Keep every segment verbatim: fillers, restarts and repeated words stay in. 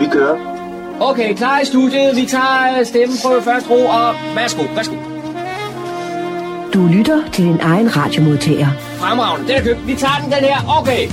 Vi kører. Okay, klar i studiet. Vi tager stemmeprøve først, ro, og værsgo, værsgo. Du lytter til din egen radiomodtager. Fremragende, den er købt. Vi tager den, den her. Okay.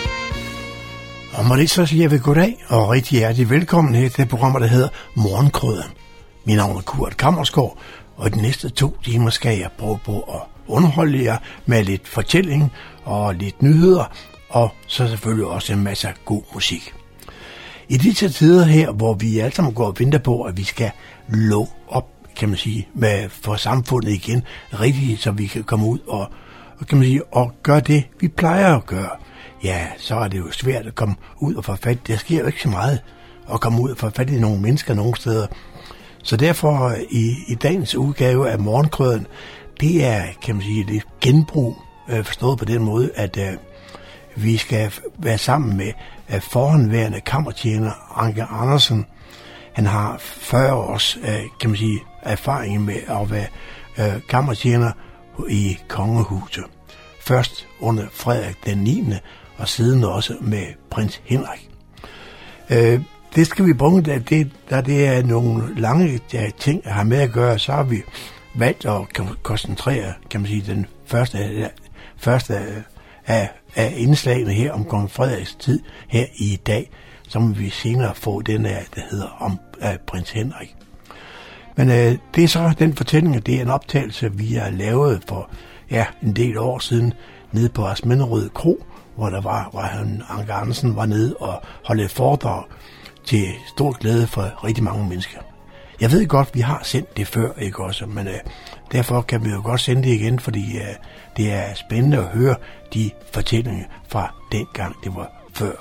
Og må det så sige, jeg vil goddag og rigtig hjertelig velkommen her til det program, der hedder Morgenkrydderen. Mit navn er Kurt Kammersgaard, og de næste to timer skal jeg prøve på at underholde jer med lidt fortælling og lidt nyheder, og så selvfølgelig også en masse god musik. I disse tider her, hvor vi alle sammen går og venter på, at vi skal lukke op, kan man sige, med for samfundet igen rigtigt, så vi kan komme ud og, kan man sige, og gøre det, vi plejer at gøre. Ja, så er det jo svært at komme ud og få fat. Der sker jo ikke så meget at komme ud og få fat i nogle mennesker nogle steder. Så derfor i, i dagens udgave af Morgenkrydderen, det er, kan man sige, lidt genbrug, øh, forstået på den måde, at øh, vi skal være sammen med øh, forhåndværende kammertjener Anker Andersen. Han har fyrre års, øh, kan man sige, erfaring med at være øh, kammertjener i kongehuset. Først under Frederik den niende og siden også med prins Henrik. Øh, det skal vi bruge, da det, da det er nogle lange ja, ting, jeg har med at gøre, så har vi valgt at koncentrere, kan man sige, den første, første af, af indslagene her om kong Frederiks tid her i dag, så må vi senere få den af, der hedder om af prins Henrik. Men øh, det er så den fortælling, det er en optagelse, vi har lavet for ja, en del år siden nede på Asminderød Kro, hvor der var, hvor han, Anker Andersen var nede og holdt et foredrag til stor glæde for rigtig mange mennesker. Jeg ved godt, vi har sendt det før, ikke også, men øh, derfor kan vi jo godt sende det igen, fordi øh, det er spændende at høre de fortællinger fra dengang, det var før.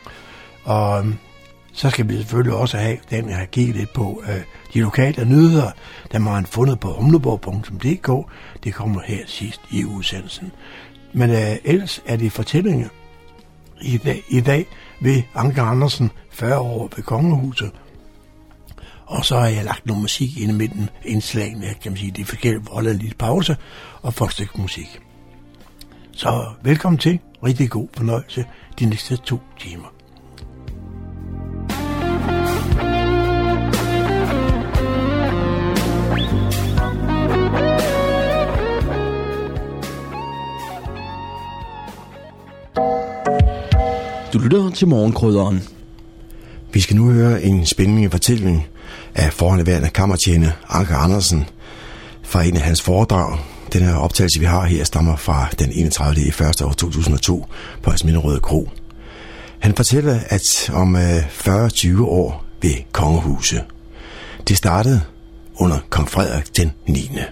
Og øh, så skal vi selvfølgelig også have, den jeg har kigget lidt på, øh, de lokale nyheder, der har han fundet på humleborg punktum d k. Det kommer her sidst i udsendelsen. Men øh, ellers er det fortællinger i dag, i dag ved Anker Andersen, fyrre år ved kongehuset. Og så har jeg lagt noget musik ind i midten, indslagene, kan man sige, det er forskelligt, holder en lille pause og får et stykke musik. Så velkommen til, rigtig god fornøjelse de næste to timer. Du lytter til Morgenkrydderen. Vi skal nu høre en spændende fortælling af forhåndværende kammertjener Anker Andersen fra en af hans foredrag. Den her optagelse, vi har her, stammer fra den enogtredivte i første år to tusind og to på Asminderød Kro. Han fortæller, at om fyrre til tyve år ved kongehuset. Det startede under kong Frederik den niende.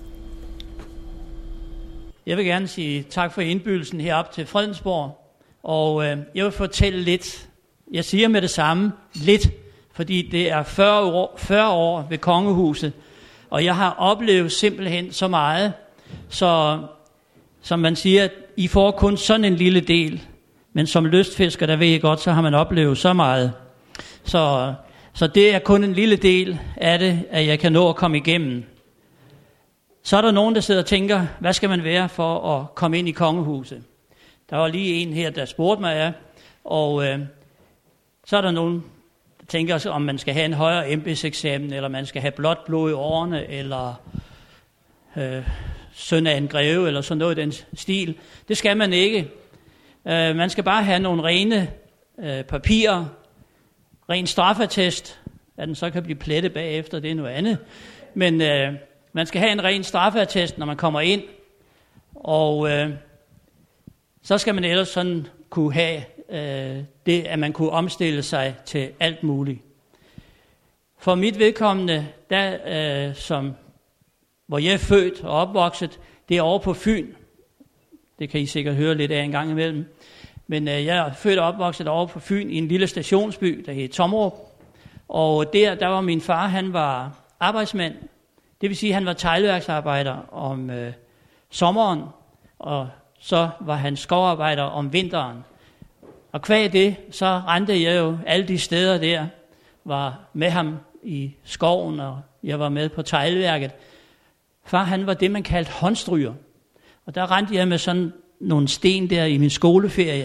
Jeg vil gerne sige tak for indbydelsen herop til Fredensborg. Og øh, jeg vil fortælle lidt, jeg siger med det samme, lidt, fordi det er fyrre år, fyrre år ved kongehuset, og jeg har oplevet simpelthen så meget, så som man siger, I får kun sådan en lille del, men som lystfisker, der ved jeg godt, så har man oplevet så meget. Så, så det er kun en lille del af det, at jeg kan nå at komme igennem. Så er der nogen, der sidder og tænker, hvad skal man være for at komme ind i kongehuset? Der var lige en her, der spurgte mig af, og øh, så er der nogen, der tænker sig, om man skal have en højere embedseksamen, eller man skal have blåt blod i årene, eller øh, søn af en greve, eller sådan noget i den stil. Det skal man ikke. Øh, man skal bare have nogle rene øh, papirer, ren straffeattest, at den så kan blive plettet bagefter, det er noget andet. Men øh, man skal have en ren straffeattest, når man kommer ind, og øh, så skal man ellers sådan kunne have øh, det, at man kunne omstille sig til alt muligt. For mit vedkommende, der, øh, som, hvor jeg er født og opvokset, det er over på Fyn. Det kan I sikkert høre lidt af en gang imellem. Men øh, jeg er født og opvokset over på Fyn i en lille stationsby, der hed Tommerup. Og der, der var min far, han var arbejdsmand. Det vil sige, at han var teglværksarbejder om øh, sommeren, og så var han skovarbejder om vinteren. Og kvæg det, så rendte jeg jo alle de steder der, var med ham i skoven, og jeg var med på teglværket. Far, han var det, man kaldte håndstryger. Og der rendte jeg med sådan nogle sten der i min skoleferie,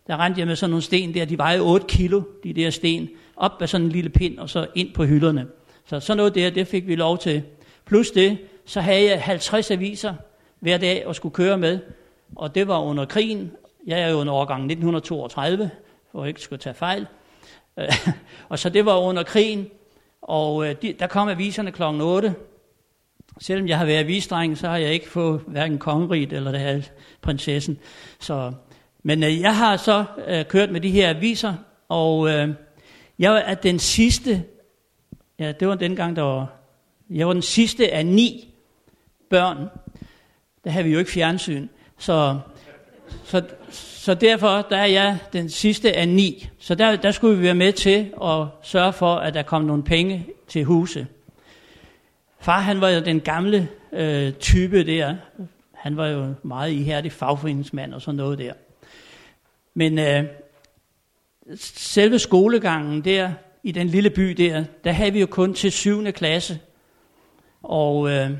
der rendte jeg med sådan nogle sten der, de vejede otte kilo, de der sten, op af sådan en lille pind, og så ind på hylderne. Så sådan noget der, det fik vi lov til. Plus det, så havde jeg halvtreds aviser hver dag at skulle køre med, og det var under krigen. Jeg er jo under årgang nitten toogtredive, for jeg ikke skulle tage fejl. Og så det var under krigen, og de, der kom aviserne klokken otte. Selvom jeg har været avisdreng, så har jeg ikke fået hverken kongeriget eller det her prinsessen. Så, men øh, jeg har så øh, kørt med de her aviser, og øh, jeg er den sidste, ja det var dengang, der var, jeg var den sidste af ni børn. Der havde vi jo ikke fjernsyn, så, så, så derfor der er jeg den sidste af ni. Så der, der skulle vi være med til at sørge for, at der kom nogle penge til huse. Far, han var jo den gamle øh, type der. Han var jo meget ihærdig fagforeningsmand og sådan noget der. Men øh, selve skolegangen der, i den lille by der, der havde vi jo kun til syvende klasse. Og øh,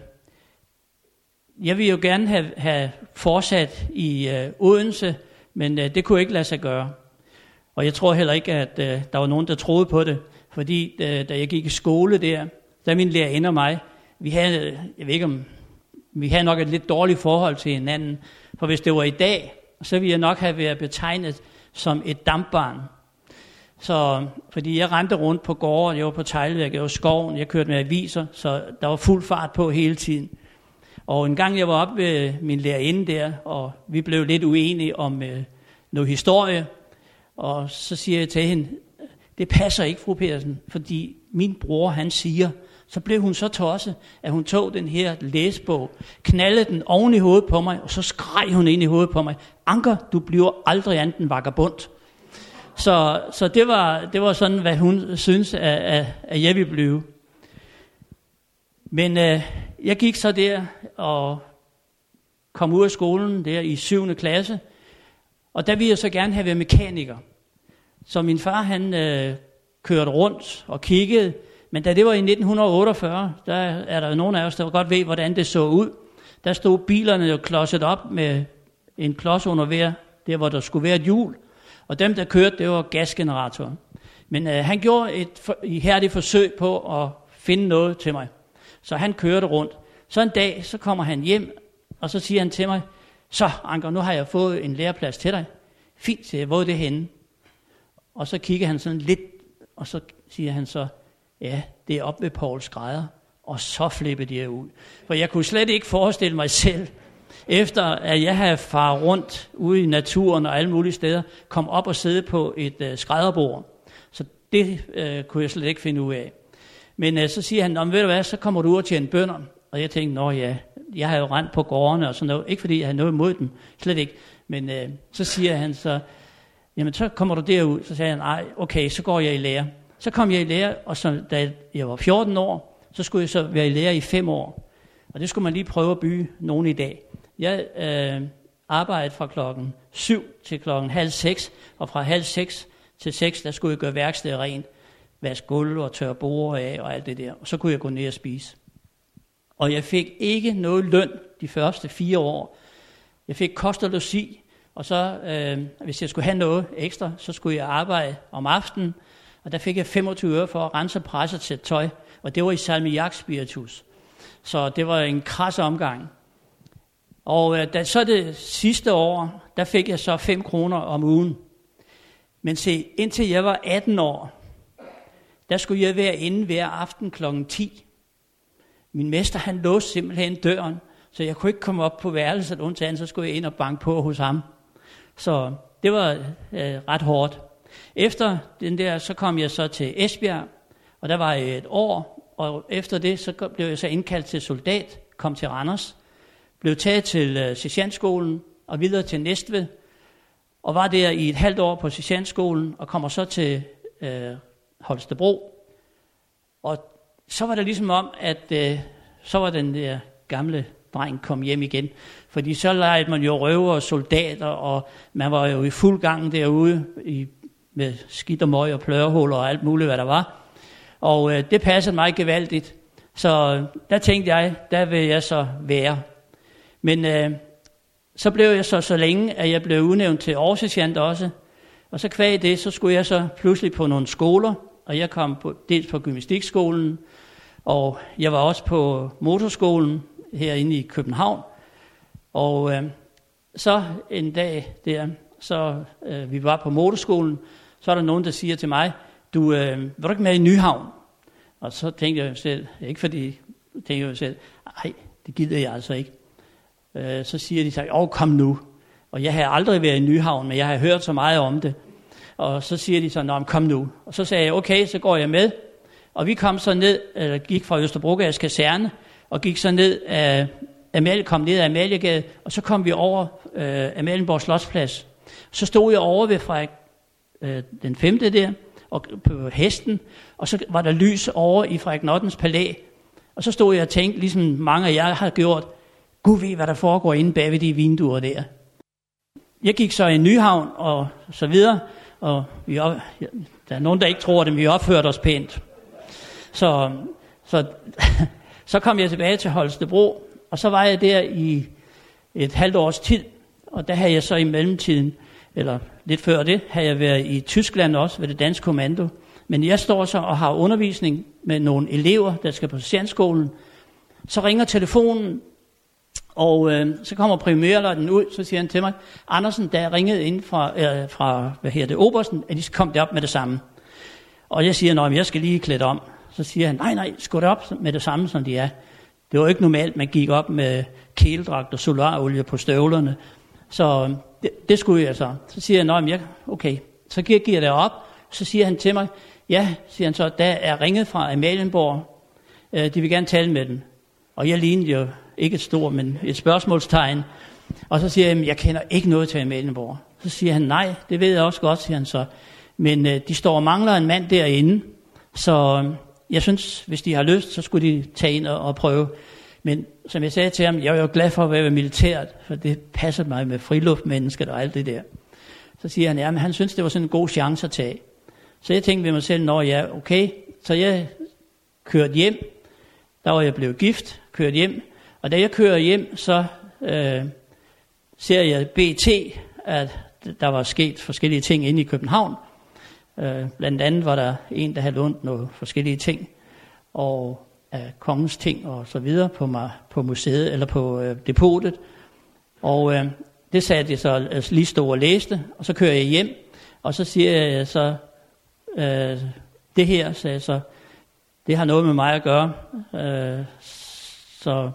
jeg ville jo gerne have, have fortsat i øh, Odense, men øh, det kunne ikke lade sig gøre. Og jeg tror heller ikke, at øh, der var nogen, der troede på det. Fordi øh, da jeg gik i skole der, der min lærerinde og mig, vi havde, jeg ved ikke om, vi havde nok et lidt dårligt forhold til hinanden. For hvis det var i dag, så ville jeg nok have været betegnet som et dampbarn. Så, fordi jeg rendte rundt på gården, jeg var på teglværk, jeg var i skoven, jeg kørte med aviser, så der var fuld fart på hele tiden. Og en gang jeg var oppe ved min lærerinde der, og vi blev lidt uenige om øh, noget historie, og så siger jeg til hende, det passer ikke, fru Pedersen, fordi min bror, han siger, så blev hun så tosset, at hun tog den her læsebog, knaldede den oven i hovedet på mig, og så skreg hun ind i hovedet på mig, Anker, du bliver aldrig andet end vagabond. Så, så det, var, det var sådan, hvad hun synes, at, at, at jeg ville blive. Men øh, jeg gik så der og kom ud af skolen der i syvende klasse, og der ville jeg så gerne have været mekaniker. Så min far, han øh, kørte rundt og kiggede, men da det var i nitten otteogfyrre, der er der jo nogen af os, der godt ved, hvordan det så ud. Der stod bilerne jo klodset op med en klods under hver, der hvor der skulle være et hjul. Og dem, der kørte, det var gasgeneratorer. Men øh, han gjorde et for, ihærdigt forsøg på at finde noget til mig. Så han kørte rundt. Så en dag, så kommer han hjem, og så siger han til mig, så Anker, nu har jeg fået en læreplads til dig. Fint, siger jeg, hvor er det henne? Og så kigger han sådan lidt, og så siger han så, ja, det er op ved Poul Skrædder. Og så flippede jeg ud. For jeg kunne slet ikke forestille mig selv, efter at jeg havde faret rundt ude i naturen og alle mulige steder, kom op og sidde på et øh, skrædderbord. Så det øh, kunne jeg slet ikke finde ud af. Men øh, så siger han, ved du hvad, så kommer du ud og tjene bønder. Og jeg tænkte, nå ja, jeg har jo rendt på gårdene og sådan noget. Ikke fordi jeg havde noget imod dem, slet ikke. Men øh, så siger han så, jamen så kommer du derud. Så sagde han, nej, okay, så går jeg i lære. Så kom jeg i lære, og så, da jeg var fjorten år, så skulle jeg så være i lære i fem år. Og det skulle man lige prøve at bygge nogen i dag. Jeg øh, arbejdede fra klokken syv til klokken halv seks, og fra halv seks til seks, der skulle jeg gøre værkstedet rent, vaske gulv og tørre borde af og alt det der. Og så kunne jeg gå ned og spise. Og jeg fik ikke noget løn de første fire år. Jeg fik kost og logi, og så, øh, hvis jeg skulle have noget ekstra, så skulle jeg arbejde om aftenen. Og der fik jeg femogtyve øre for at rense og presse til tøj, og det var i salmiak spiritus. Så det var en kras omgang. Og øh, da, så det sidste år, der fik jeg så fem kroner om ugen. Men se, indtil jeg var atten år, der skulle jeg være inde hver aften klokken ti. Min mester, han låste simpelthen døren, så jeg kunne ikke komme op på værelset, undtagen så skulle jeg ind og banke på hos ham. Så det var øh, ret hårdt. Efter den der, så kom jeg så til Esbjerg, og der var jeg et år, og efter det, så blev jeg så indkaldt til soldat, kom til Randers, blev taget til øh, sergentskolen og videre til Næstved, og var der i et halvt år på sergentskolen, og kommer så til øh, Holstebro. Og så var det ligesom om, at øh, så var den der gamle dreng kom hjem igen. Fordi så legede man jo røver og soldater, og man var jo i fuld gang derude i, med skidt og møg og plørhuller og alt muligt, hvad der var. Og øh, det passede mig gevaldigt. Så der tænkte jeg, der vil jeg så være. Men øh, så blev jeg så så længe, at jeg blev udnævnt til oversergent også. Og så kvæg det, så skulle jeg så pludselig på nogle skoler, og jeg kom på, dels på gymnastikskolen, og jeg var også på motorskolen herinde i København. Og øh, så en dag der, så øh, vi var på motorskolen, så er der nogen, der siger til mig, du, øh, vil du ikke med i Nyhavn? Og så tænkte jeg selv, ikke fordi, tænkte jeg selv, nej, det gider jeg altså ikke. Øh, så siger de så, åh, kom nu. Og jeg har aldrig været i Nyhavn, men jeg har hørt så meget om det. Og så siger de så, nå, kom nu. Og så sagde jeg, okay, så går jeg med. Og vi kom så ned, eller gik fra Østerbrogades kaserne, og gik så ned af, Amalie, kom ned af Amaliegade, og så kom vi over øh, Amalienborg Slotsplads. Så stod jeg over ved Frederik øh, den femte der, og på hesten, og så var der lys over i Frederik Nottens palæ. Og så stod jeg og tænkte, ligesom mange af jer har gjort, Gud ved, hvad der foregår inde bag ved de vinduer der. Jeg gik så i Nyhavn og så videre, og vi op, der er nogen, der ikke tror det, men vi opførte os pænt. Så, så, så kom jeg tilbage til Holstebro, og så var jeg der i et halvt års tid, og der havde jeg så i mellemtiden, eller lidt før det, havde jeg været i Tyskland også ved det danske kommando. Men jeg står så og har undervisning med nogle elever, der skal på sergentskolen. Så ringer telefonen, og øh, så kommer primærløjtnanten ud, så siger han til mig, Andersen, der er ringet ind fra, øh, fra hvad her det, Obersten, at de skal komme derop med det samme. Og jeg siger, nej, jeg skal lige klæde om. Så siger han, nej, nej, skå det op med det samme, som de er. Det var ikke normalt, man gik op med kæledragt og solarolie på støvlerne. Så det, det skulle jeg så. Så siger jeg, nej, jeg, okay. Så giver jeg det op, så siger han til mig, ja, siger han så, der er ringet fra Amalienborg. Øh, de vil gerne tale med den. Og jeg lignede jo ikke et stort, men et spørgsmålstegn. Og så siger jeg, jeg kender ikke noget til Amalienborg. Så siger han, nej, det ved jeg også godt, siger han så. Men øh, de står og mangler en mand derinde. Så øh, jeg synes, hvis de har lyst, så skulle de tage ind og, og prøve. Men som jeg sagde til ham, jeg er jo glad for at være militært, for det passer mig med friluftmennesket og alt det der. Så siger han, ja, men han synes, det var sådan en god chance at tage. Så jeg tænkte ved mig selv, nå ja, okay. Så jeg kørte hjem. Der var jeg blevet gift, kørte hjem. Og da jeg kører hjem, så øh, ser jeg B T, at der var sket forskellige ting inde i København. Øh, blandt andet var der en, der havde lånt nogle forskellige ting, og af kongens ting og så videre på, på museet, eller på øh, depotet. Og øh, det satte jeg så altså, lige stod og læste, og så kører jeg hjem, og så siger jeg så, øh, det her, sagde jeg så, det har noget med mig at gøre, øh, så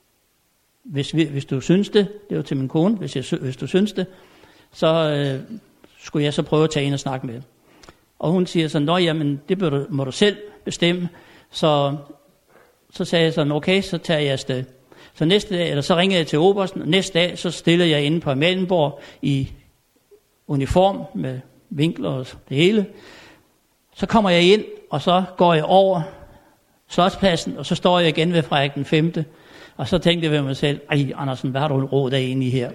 hvis, vi, hvis du synes det, det var til min kone, hvis, jeg, hvis du synes det, så øh, skulle jeg så prøve at tage ind og snakke med. Og hun siger så, nå jamen, det må du, må du selv bestemme. Så, så sagde jeg sådan, okay, så tager jeg afsted. Så næste dag, eller så ringede jeg til Obersten, og næste dag, så stillede jeg inde på Amalienborg i uniform med vinkler og det hele. Så kommer jeg ind, og så går jeg over Slotspladsen, og så står jeg igen ved Frederik den femte. Og så tænkte jeg ved mig selv, ej Andersen, hvad har du råd af egentlig her?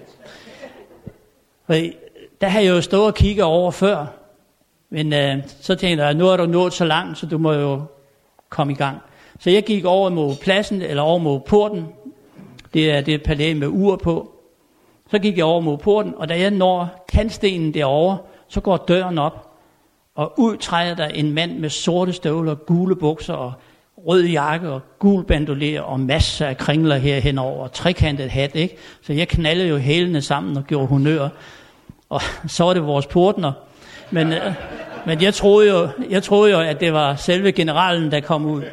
For der har jeg jo stået og kigget over før, men øh, så tænkte jeg, nu er du nået så langt, så du må jo komme i gang. Så jeg gik over mod pladsen, eller over mod porten. Det er det palæ med ur på. Så gik jeg over mod porten, og da jeg når kantstenen derovre, så går døren op, og ud træder der en mand med sorte støvler, gule bukser og rød jakke og gul bandolier og masser af kringler her henover og trekantet hat, ikke? Så jeg knaldede jo hælene sammen og gjorde honør. Og så var det vores portner. Men, øh, men jeg, troede jo, jeg troede jo, at det var selve generalen, der kom ud.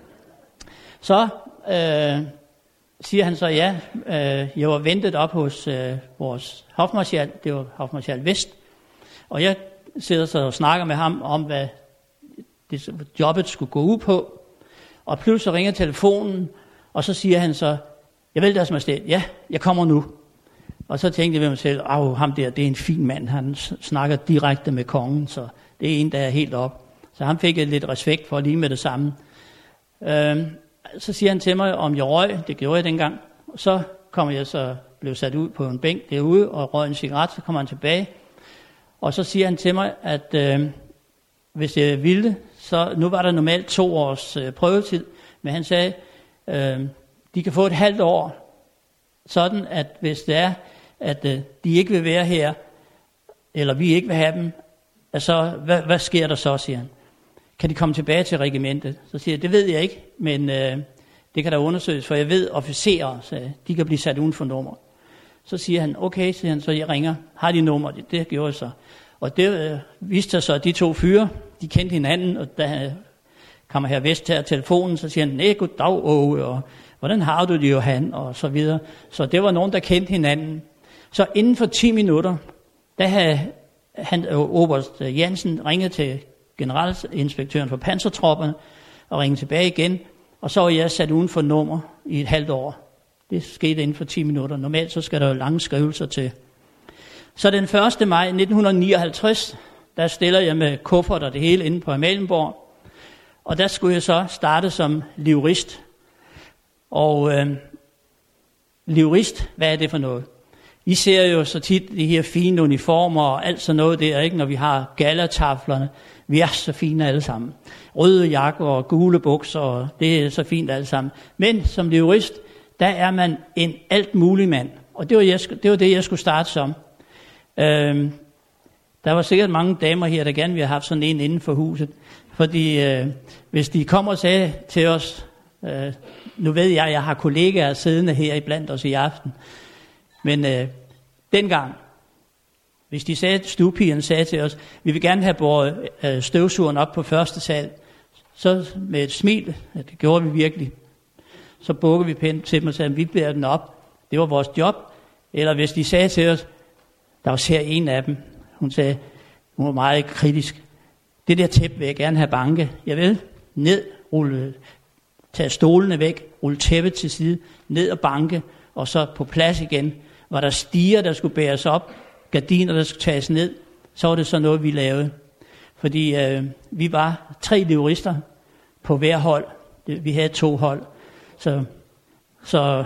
Så øh, siger han så, ja, øh, jeg var ventet op hos øh, vores hofmarskal, det var hofmarskal Vest. Og jeg sidder så og snakker med ham om, hvad det, jobbet skulle gå ud på. Og pludselig ringer telefonen, og så siger han så, jeg vil deres majestæt, ja, jeg kommer nu. Og så tænkte jeg ved mig selv, åh, ham der, det er en fin mand, han snakker direkte med kongen, så det er en, der er helt op. Så han fik jeg lidt respekt for lige med det samme. Øhm, så siger han til mig, om jeg røg, det gjorde jeg dengang. Så kommer jeg så, blev sat ud på en bænk derude, og røg en cigaret, så kommer han tilbage. Og så siger han til mig, at øh, hvis jeg ville, så nu var der normalt to års øh, prøvetid, men han sagde, øh, de kan få et halvt år, sådan at hvis det er, at øh, de ikke vil være her, eller vi ikke vil have dem, Altså, hvad, hvad sker der så, siger han. Kan de komme tilbage til regimentet? Så siger jeg, det ved jeg ikke, men øh, det kan der undersøges, for jeg ved, officerer, så de kan blive sat uden for nummer. Så siger han, okay, siger han, så jeg ringer. Har de nummer? Det, det gjorde jeg så. Og det øh, viste sig så, at de to fyre, de kendte hinanden, og da kommer her vest her telefonen, så siger han, nej, goddag, Åge, og hvordan har du det, Johan, og så videre. Så det var nogen, der kendte hinanden. Så inden for ti minutter, der havde han, oberst Jensen ringet til generalinspektøren for pansertropperne, og ringet tilbage igen, og så var jeg sat uden for nummer i et halvt år. Det skete inden for ti minutter. Normalt så skal der jo lange skrivelser til. Så den første maj nitten nioghalvtreds, der stiller jeg med kuffert og det hele inde på Amalienborg, og der skulle jeg så starte som livrist. Og øh, livrist, hvad er det for noget? I ser jo så tit de her fine uniformer og alt sådan noget der, ikke, når vi har gallertaflerne. Vi er så fine alle sammen. Røde jakker og gule bukser, og det er så fint alle sammen. Men som livrist, der er man en alt mulig mand. Og det var, jeg, det var det, jeg skulle starte som. Øhm, der var sikkert mange damer her, der gerne ville have haft sådan en inden for huset. Fordi øh, hvis de kommer og sagde til os, øh, nu ved jeg, at jeg har kollegaer siddende her iblandt os i aften. Men øh, dengang, hvis de sagde, stuepigerne sagde til os, vi vil gerne have båret øh, støvsugeren op på første sal, så med et smil, det gjorde vi virkelig, så bukkede vi pænt til dem og sagde, at vi bærer den op. Det var vores job. Eller hvis de sagde til os, der var ser en af dem, hun sagde, hun var meget kritisk, det der tæppe vil jeg gerne have banke. Jeg vil ned, rulle, tage stolene væk, rulle tæppet til side, ned og banke, og så på plads igen. Var der stiger, der skulle bæres op, gardiner, der skulle tages ned, så var det så noget, vi lavede. Fordi øh, vi var tre livrister på hver hold. Vi havde to hold. Så, så,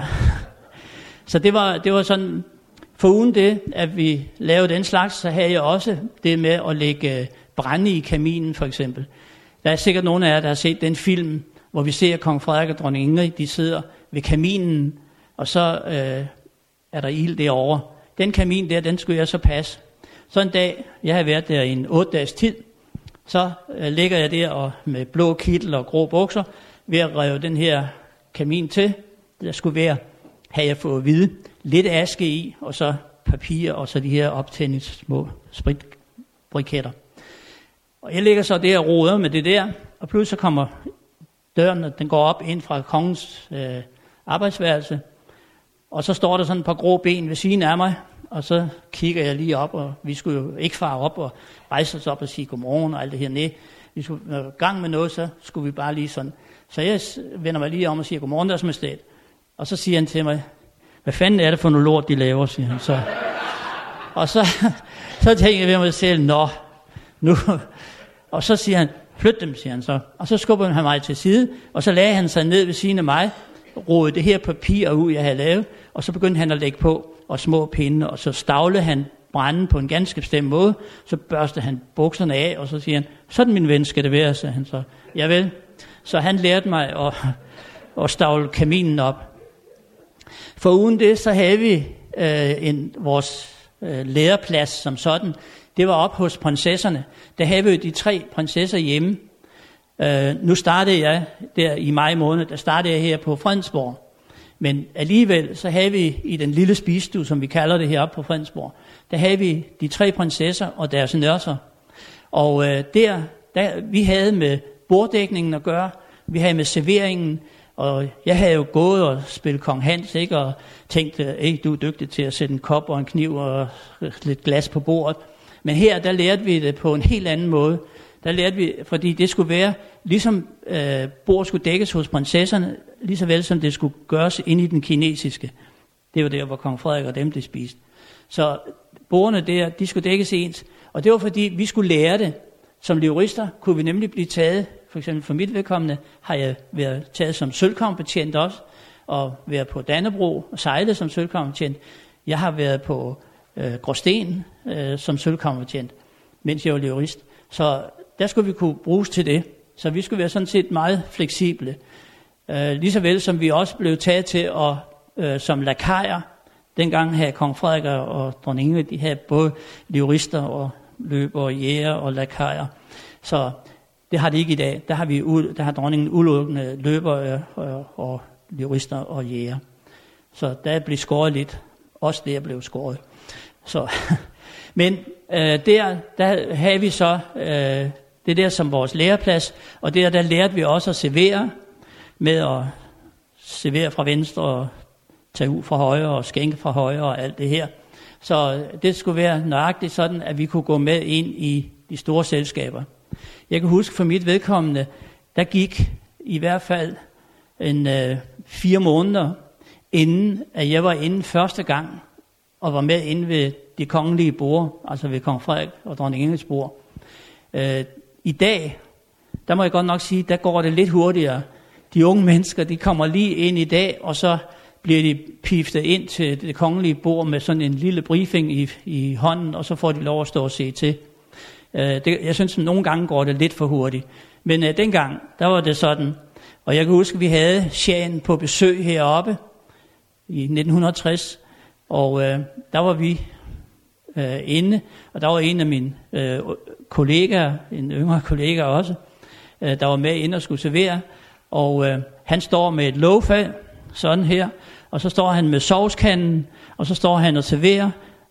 så det, var, det var sådan, foruden det, at vi lavede den slags, så havde jeg også det med at lægge brænde i kaminen, for eksempel. Der er sikkert nogen af jer, der har set den film, hvor vi ser kong Frederik og dronning Ingrid, de sidder ved kaminen, og så øh, er der ild derovre. Den kamin der, den skulle jeg så passe. Så en dag, jeg har været der i en otte dages tid, så øh, ligger jeg der og med blå kittel og grå bukser, ved at rive den her kamin til. Der skulle være, havde jeg fået at vide, lidt aske i, og så papir, og så de her optændingssmå spritbriketter. Og jeg ligger så der og roder med det der, og pludselig så kommer døren, og den går op ind fra kongens øh, arbejdsværelse, og så står der sådan et par grå ben ved siden af mig, og så kigger jeg lige op, og vi skulle jo ikke fare op og rejse os op og sige godmorgen og alt det her ned. Vi skulle være i gang med noget, så skulle vi bare lige sådan. Så jeg vender mig lige om og siger godmorgen, deres majestæt. Og så siger han til mig, hvad fanden er det for noget lort, de laver, siger han så. Og så, så tænker jeg ved mig selv, nå, nu. Og så siger han, flyt dem, siger han så. Og så skubber han mig til side, og så lagde han sig ned ved siden af mig, rodede det her papir ud, jeg havde lavet, og så begyndte han at lægge på, og små pinde, og så stavlede han branden på en ganske bestemt måde, så børste han bukserne af, og så siger han, sådan min ven skal det være, sagde han så. Javel. Så han lærte mig at, at stavle kaminen op. For uden det, så havde vi øh, en, vores øh, læreplads som sådan. Det var op hos prinsesserne. Der havde vi jo de tre prinsesser hjemme. Øh, nu startede jeg der i maj måned, der startede jeg her på Fredensborg. Men alligevel, så havde vi i den lille spisestue, som vi kalder det heroppe på Fredensborg, der havde vi de tre prinsesser og deres nørser. Og øh, der, der, vi havde med borddækningen at gøre, vi havde med serveringen, og jeg havde jo gået og spillet Kong Hans, ikke, og tænkt, at du er dygtig til at sætte en kop og en kniv og lidt glas på bordet. Men her, der lærte vi det på en helt anden måde. Der lærte vi, fordi det skulle være, ligesom øh, bordet skulle dækkes hos prinsesserne, lige så vel som det skulle gøres ind i den kinesiske. Det var der, hvor kong Frederik og dem, de spiste. Så bordene der, de skulle dækkes ens. Og det var fordi, vi skulle lære det. Som livrister kunne vi nemlig blive taget, for eksempel for mit vedkommende, har jeg været taget som sølvkammerbetjent også, og været på Dannebrog og sejlet som sølvkammerbetjent. Jeg har været på øh, Gråsten øh, som sølvkammerbetjent, mens jeg var livrist. Så der skulle vi kunne bruges til det. Så vi skulle være sådan set meget fleksible. Øh, lige så vel som vi også blev taget til at, øh, som lakajer. Dengang havde kong Frederik og dronning Ingrid, de havde både livrister og løber, jæger og lakajer. Så det har de ikke i dag. Der har, vi, der har dronningen udelukkende løber og, og jurister og jæger. Så der blev skåret lidt. Også der blev skåret. Så, men øh, der, der havde vi så øh, det der som vores læreplads, og der, der lærte vi også at servere, med at servere fra venstre og tage ud fra højre og skænke fra højre og alt det her. Så det skulle være nøjagtigt sådan, at vi kunne gå med ind i de store selskaber. Jeg kan huske for mit vedkommende, der gik i hvert fald en øh, fire måneder, inden at jeg var inde første gang, og var med inde ved de kongelige bord, altså ved kong Frederik og dronning Ingrids bord. Øh, I dag, der må jeg godt nok sige, der går det lidt hurtigere. De unge mennesker, de kommer lige ind i dag, og så bliver de piftet ind til det kongelige bord med sådan en lille briefing i, i hånden, og så får de lov at stå og se til. Øh, det, jeg synes, at nogle gange går det lidt for hurtigt. Men øh, dengang, der var det sådan. Og jeg kan huske, at vi havde Shahen på besøg heroppe i nitten tres, og øh, der var vi øh, inde, og der var en af mine øh, kollegaer, en yngre kollega også, øh, der var med inde og skulle servere, og øh, han står med et lågfad, sådan her, og så står han med sovskanden, og så står han og serverer,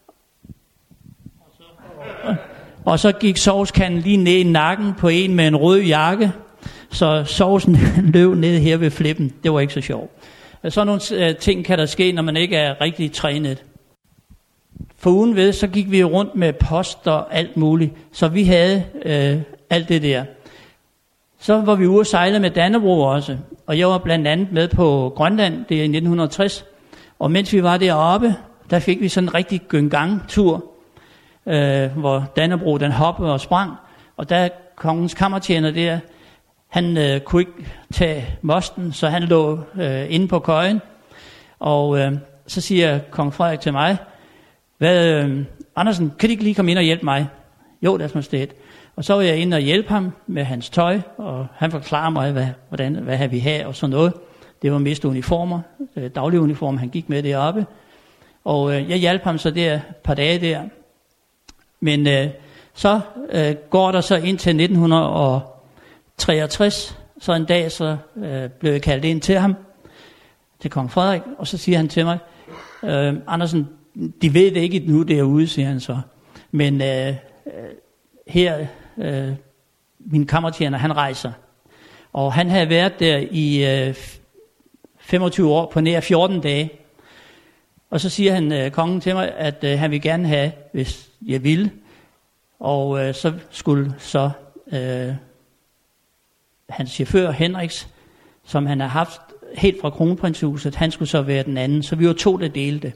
og så, og, og så gik sovskanden lige ned i nakken på en med en rød jakke, så sovsen løb ned her ved flippen. Det var ikke så sjovt. Sådan nogle ting kan der ske, når man ikke er rigtig trænet. For ugen ved, så gik vi rundt med post og alt muligt, så vi havde øh, alt det der. Så var vi ude at sejle med Dannebrog også, og jeg var blandt andet med på Grønland, det er i nitten tres, og mens vi var deroppe, der fik vi sådan en rigtig gøngang-tur, øh, hvor Dannebrog den hoppede og sprang, og der kongens kammertjener der, han øh, kunne ikke tage mosten, så han lå øh, inde på køjen, og øh, så siger kong Frederik til mig, hvad, øh, Andersen, kan de ikke lige komme ind og hjælpe mig? Jo, deres majestæt. Og så var jeg inde og hjælpe ham med hans tøj, og han forklarer mig, hvad, hvordan, hvad vi har og sådan noget. Det var mest uniformer, øh, daglige uniformer, han gik med deroppe. Og øh, jeg hjalp ham så der et par dage der. Men øh, så øh, går der så ind til nitten treogtres, så en dag så øh, blev jeg kaldt ind til ham, til kong Frederik, og så siger han til mig, øh, Andersen, de ved det ikke nu derude, siger han så, men øh, her, øh, min kammertjener, han rejser, og han havde været der i øh, femogtyve år på nær fjorten dage, og så siger han, øh, kongen til mig, at øh, han vil gerne have, hvis jeg ville, og øh, så skulle så øh, hans chauffør Henriks, som han har haft helt fra kronprinshuset, han skulle så være den anden, så vi var to, der delte.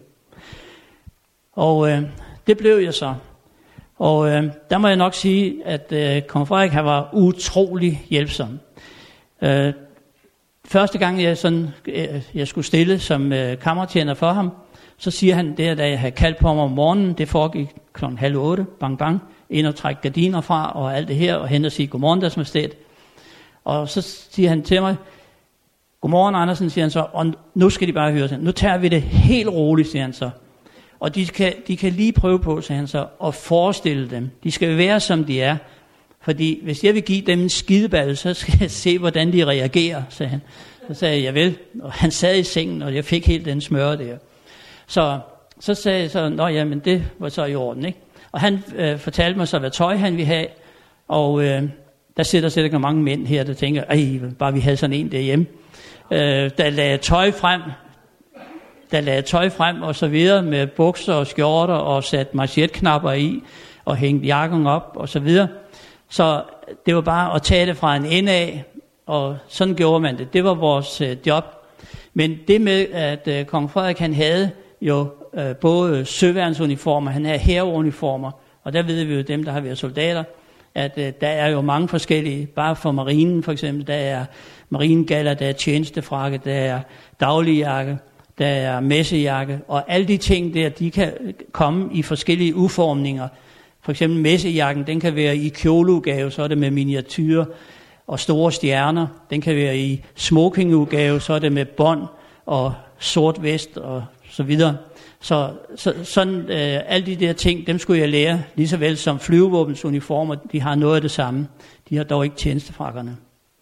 Og øh, det blev jeg så. Og øh, der må jeg nok sige, at øh, kong Frederik han var utrolig hjælpsom. Øh, første gang jeg, sådan, øh, jeg skulle stille som øh, kammertjener for ham, så siger han, det da jeg havde kaldt på ham om morgenen, det foregik klokken halv otte, bang bang, ind og trække gardiner fra og alt det her, og hen og sige godmorgen, deres majestæt. Og så siger han til mig, godmorgen Andersen, siger han så, og nu skal de bare høre sig. Nu tager vi det helt roligt, siger han så. Og de kan, de kan lige prøve på, siger han så, at forestille dem. De skal være, som de er. Fordi hvis jeg vil give dem en skideball, så skal jeg se, hvordan de reagerer, sagde han. Så sagde jeg, javel. Og han sad i sengen, og jeg fik helt den smør der. Så, så sagde jeg så, nå jamen, det var så i orden, ikke? Og han øh, fortalte mig så, hvad tøj han ville have. Og øh, der sidder sikkert mange mænd her, der tænker, ej, bare vi havde sådan en derhjemme. Øh, der lagde tøj frem, der lagde tøj frem og så videre med bukser og skjorter og satte manchetknapper i og hængte jakken op og så videre. Så det var bare at tage det fra en ende af, og sådan gjorde man det. Det var vores øh, job. Men det med, at øh, kong Frederik han havde jo øh, både søværnsuniformer, han havde hæruniformer, og der ved vi jo dem, der har været soldater, at øh, der er jo mange forskellige, bare for marinen for eksempel, der er marinegaller, der er tjenestefrakke, der er dagligjakke, der er messejakke, og alle de ting der, de kan komme i forskellige udformninger. For eksempel messejakken, den kan være i kjoleudgave, så er det med miniatyrer og store stjerner. Den kan være i smokingudgave, så er det med bånd og sort vest og så videre. Så, så sådan øh, alle de der ting, dem skulle jeg lære, lige så vel som flyvevåbens uniformer, de har noget af det samme. De har dog ikke tjenestefrakkerne.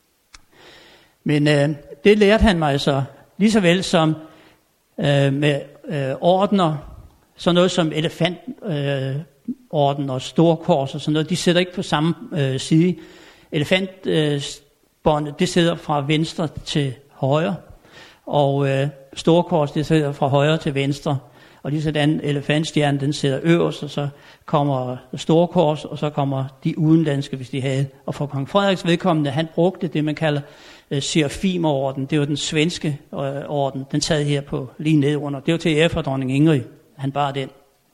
Men øh, det lærte han mig så, lige så vel som øh, med øh, ordener, sådan noget som elefantorden øh, orden og storkors og sådan noget, de sidder ikke på samme øh, side. Elefantbåndet, øh, det sidder fra venstre til højre, og øh, storkors, det sidder fra højre til venstre. Og lige sådan elefantstjernen, den sidder øverst, og så kommer storkors, og så kommer de udenlandske, hvis de havde. Og for kong Frederiks vedkommende, han brugte det, man kalder øh, Serafimerorden. Det var den svenske øh, orden, den sad her på lige ned under. Det var til ære for dronning Ingrid, han bar den.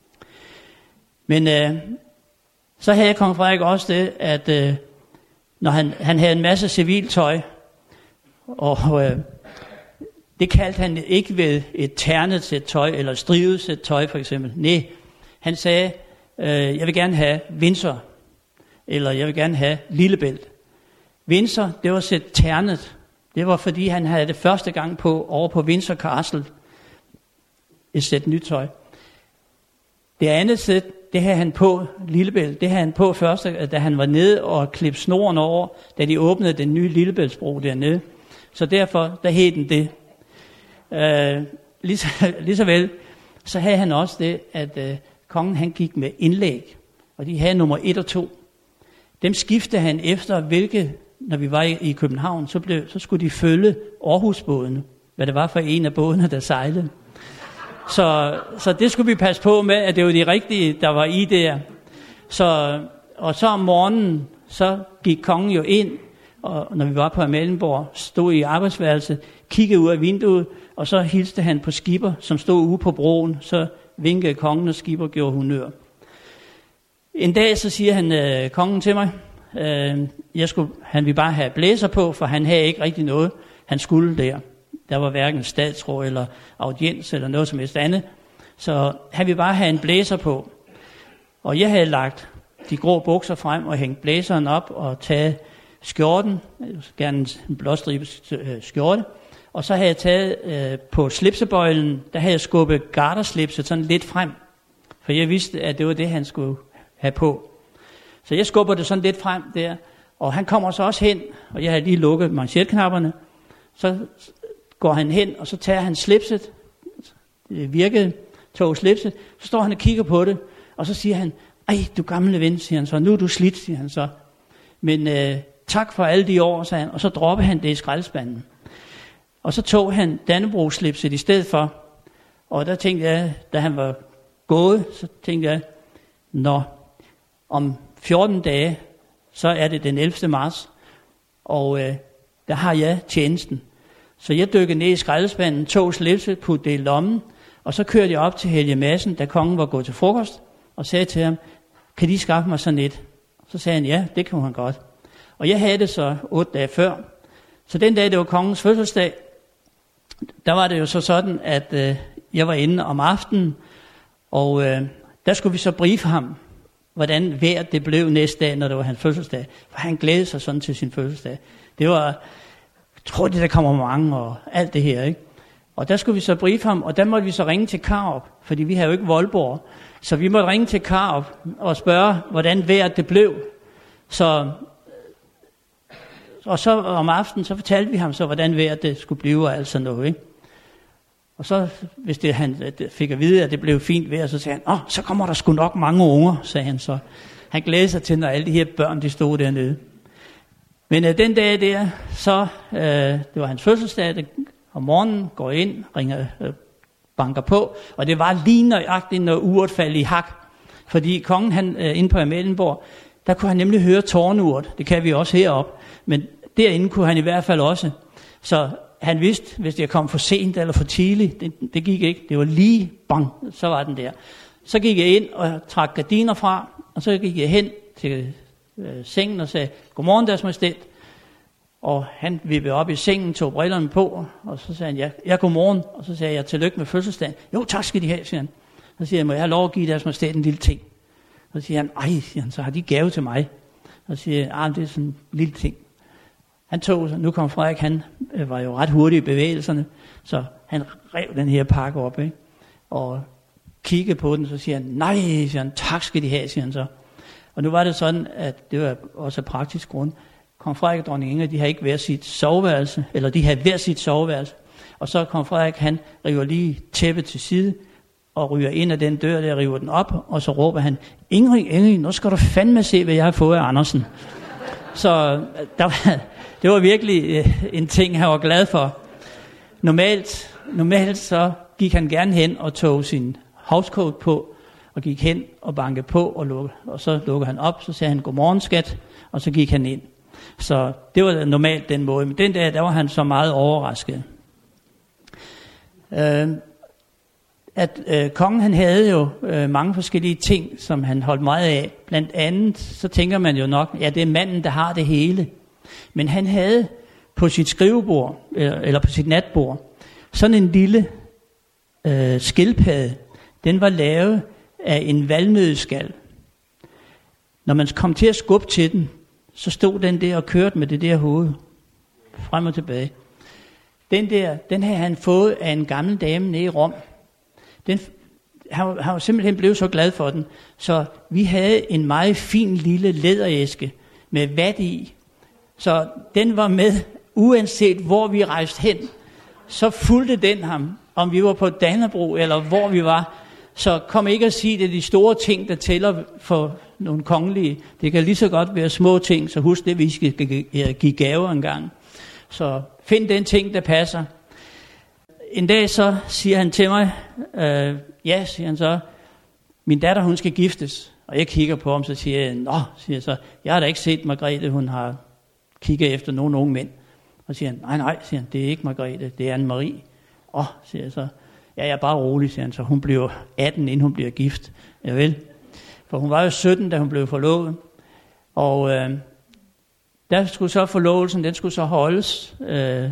Men øh, så havde kong Frederik også det, at øh, når han, han havde en masse civiltøj, og øh, det kaldte han ikke ved et ternet sæt tøj, eller strivet sæt tøj for eksempel. Nej, han sagde, øh, jeg vil gerne have Windsor, eller jeg vil gerne have Lillebælt. Windsor, det var sæt ternet. Det var fordi han havde det første gang på over på Windsor Castle, et sæt nyt tøj. Det andet sæt, det havde han på, Lillebælt, det havde han på første, da han var nede og klippede snoren over, da de åbnede den nye Lillebæltsbro dernede. Så derfor, der hed den det. Øh, lige, så, lige så vel, så havde han også det, at øh, kongen han gik med indlæg, og de havde nummer et og to. Dem skiftede han efter, hvilke, når vi var i, i København, så, blev, så skulle de følge Aarhusbådene, hvad det var for en af bådene, der sejlede. Så, så det skulle vi passe på med, at det var de rigtige, der var i der. Så, og så om morgenen, så gik kongen jo ind, og når vi var på Amalienborg, stod i arbejdsværelset, kiggede ud af vinduet, og så hilste han på Skipper, som stod ude på broen. Så vinkede kongen, og Skipper gjorde honør. En dag så siger han, øh, kongen til mig, øh, jeg skulle, han ville bare have blæser på, for han havde ikke rigtig noget, han skulle der. Der var hverken statsråd eller audiens eller noget som helst andet. Så han ville bare have en blæser på. Og jeg havde lagt de grå bukser frem og hængt blæseren op og taget skjorten, gerne en blåstribet skjorte. Og så havde jeg taget øh, på slipsebøjlen, der havde jeg skubbet garterslipset sådan lidt frem. For jeg vidste, at det var det, han skulle have på. Så jeg skubber det sådan lidt frem der. Og han kommer så også hen, og jeg havde lige lukket manchetknapperne. Så går han hen, og så tager han slipset. Det virkede, tog slipset. Så står han og kigger på det, og så siger han, ej, du gamle ven, siger han så. Nu er du slidt, siger han så. Men øh, tak for alle de år, sagde han. Og så droppede han det i skraldespanden. Og så tog han Dannebrog-slipset i stedet for. Og der tænkte jeg, da han var gået, så tænkte jeg, når om fjorten dage, så er det den ellevte marts, og øh, der har jeg tjenesten. Så jeg dykkede ned i skraldespanden, tog slipset, puttede det i lommen, og så kørte jeg op til Helge Madsen, da kongen var gået til frokost, og sagde til ham, kan de skaffe mig sådan et? Så sagde han, ja, det kan han godt. Og jeg havde det så otte dage før. Så den dag, det var kongens fødselsdag, der var det jo så sådan, at øh, jeg var inde om aftenen, og øh, der skulle vi så briefe ham, hvordan vejret det blev næste dag, når det var hans fødselsdag. For han glædede sig sådan til sin fødselsdag. Det var, jeg tror det der kommer mange, og alt det her, ikke? Og der skulle vi så briefe ham, og der måtte vi så ringe til Karup, fordi vi havde jo ikke Voldborg. Så vi måtte ringe til Karup og spørge, hvordan vejret det blev. Så, og så om aftenen, så fortalte vi ham så, hvordan vejret det skulle blive, og alt sådan noget, ikke? Og så, hvis det, han fik at vide, at det blev fint vejr, så sagde han, åh, så kommer der sgu nok mange unger, sagde han så. Han glædede sig til, når alle de her børn, de stod dernede. Men øh, den dag der, så, øh, det var hans fødselsdag, det, om morgenen går ind, ringer, øh, banker på, og det var lige nøjagtigt, når uret faldt i hak. Fordi kongen, han øh, inde på Amalienborg, der kunne han nemlig høre tårnuret, det kan vi også heroppe, men derinde kunne han i hvert fald også. Så han vidste, hvis jeg kom for sent eller for tidligt, det, det gik ikke, det var lige bang, så var den der. Så gik jeg ind og trak gardiner fra, og så gik jeg hen til øh, sengen og sagde, godmorgen deres majestæt. Og han vippede op i sengen, tog brillerne på, og så sagde han, ja, ja godmorgen. Og så sagde jeg, tillykke med fødselsdagen. Jo, tak skal de have, siger han. Så siger jeg, må jeg have lov at give deres majestæt en lille ting? Så siger han, ej, siger han, så har de gave til mig. Så siger jeg, ah, det er sådan en lille ting. Han tog, nu kom Frederik, han var jo ret hurtig i bevægelserne, så han rev den her pakke op, ikke? Og kigge på den, så siger han, nej, siger han, tak skal de have, siger han så. Og nu var det sådan, at det var også af praktisk grund. Kong Frederik og dronning Ingrid, de har ikke hver sit soveværelse, eller de har hver sit soveværelse. Og så kong Frederik, han river lige tæppet til side, og ryger ind af den dør, der river den op, og så råber han, Ingrid, Ingrid, nu skal du fandme se, hvad jeg har fået af Andersen. Så der var, det var virkelig en ting, han var glad for. Normalt, normalt så gik han gerne hen og tog sin housecoat på, og gik hen og bankede på, og, lukkede, og så lukkede han op, så sagde han, godmorgen skat, og så gik han ind. Så det var normalt den måde, men den dag, der var han så meget overrasket. Øh, at øh, kongen han havde jo øh, mange forskellige ting, som han holdt meget af. Blandt andet, så tænker man jo nok, ja, det er manden, der har det hele. Men han havde på sit skrivebord, øh, eller på sit natbord, sådan en lille øh, skildpadde. Den var lavet af en valnødeskal. Når man kom til at skubbe til den, så stod den der og kørte med det der hoved, frem og tilbage. Den der, den havde han fået af en gammel dame nede i Rom. Den, han, han var simpelthen blevet så glad for den, så vi havde en meget fin lille læderæske med vat i. Så den var med, uanset hvor vi rejste hen, så fulgte den ham, om vi var på Dannebrog eller hvor vi var. Så kom ikke at sige, det er de store ting, der tæller for nogle kongelige. Det kan lige så godt være små ting, så husk det, vi skal give gaver en gang. Så find den ting, der passer. En dag så siger han til mig, øh, ja, siger han så, min datter, hun skal giftes. Og jeg kigger på ham, så siger jeg, nå, siger jeg så, jeg har da ikke set Margrethe, hun har kigget efter nogen unge mænd. Og siger han, nej, nej, siger han, det er ikke Margrethe, det er Anne-Marie. Åh, siger jeg så, ja, jeg er bare rolig, siger han, så hun bliver atten, inden hun bliver gift. Ja vel, for hun var jo sytten, da hun blev forlovet. Og øh, der skulle så forlovelsen, den skulle så holdes, øh,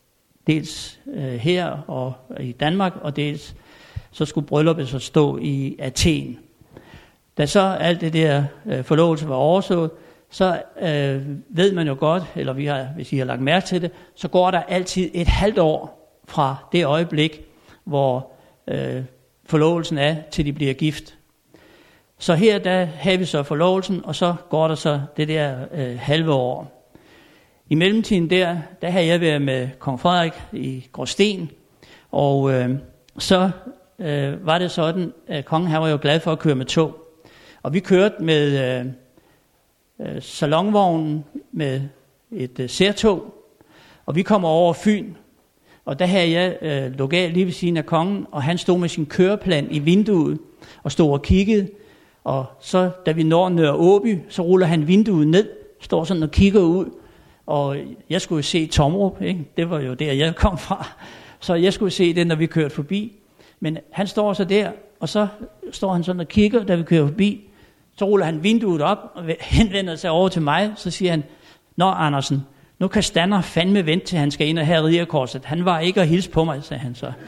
dels øh, her og i Danmark, og dels så skulle brylluppet så stå i Athen. Da så alt det der øh, forlovelse var overstået, så øh, ved man jo godt, eller vi har, hvis I har lagt mærke til det, så går der altid et halvt år fra det øjeblik, hvor øh, forlovelsen er, til de bliver gift. Så her der har vi så forlovelsen, og så går der så det der øh, halve år. I mellemtiden der, der har jeg været med kong Frederik i Gråsten, og øh, så øh, var det sådan, at kongen han var jo glad for at køre med tog. Og vi kørte med øh, øh, salonvognen med et øh, særtog, og vi kommer over Fyn, og der havde jeg øh, lokal lige ved siden af kongen, og han stod med sin køreplan i vinduet og stod og kiggede. Og så da vi når Nørre Åby, så ruller han vinduet ned, står sådan og kigger ud. Og jeg skulle jo se Tommerup, ikke? Det var jo der, jeg kom fra. Så jeg skulle se det, når vi kørte forbi. Men han står så der, og så står han sådan og kigger, da vi kører forbi. Så ruller han vinduet op og henvender sig over til mig. Så siger han, nå Andersen, nu kan Stander fandme vente til han skal ind og have ridderkorset. Han var ikke at hilse på mig, sagde han så.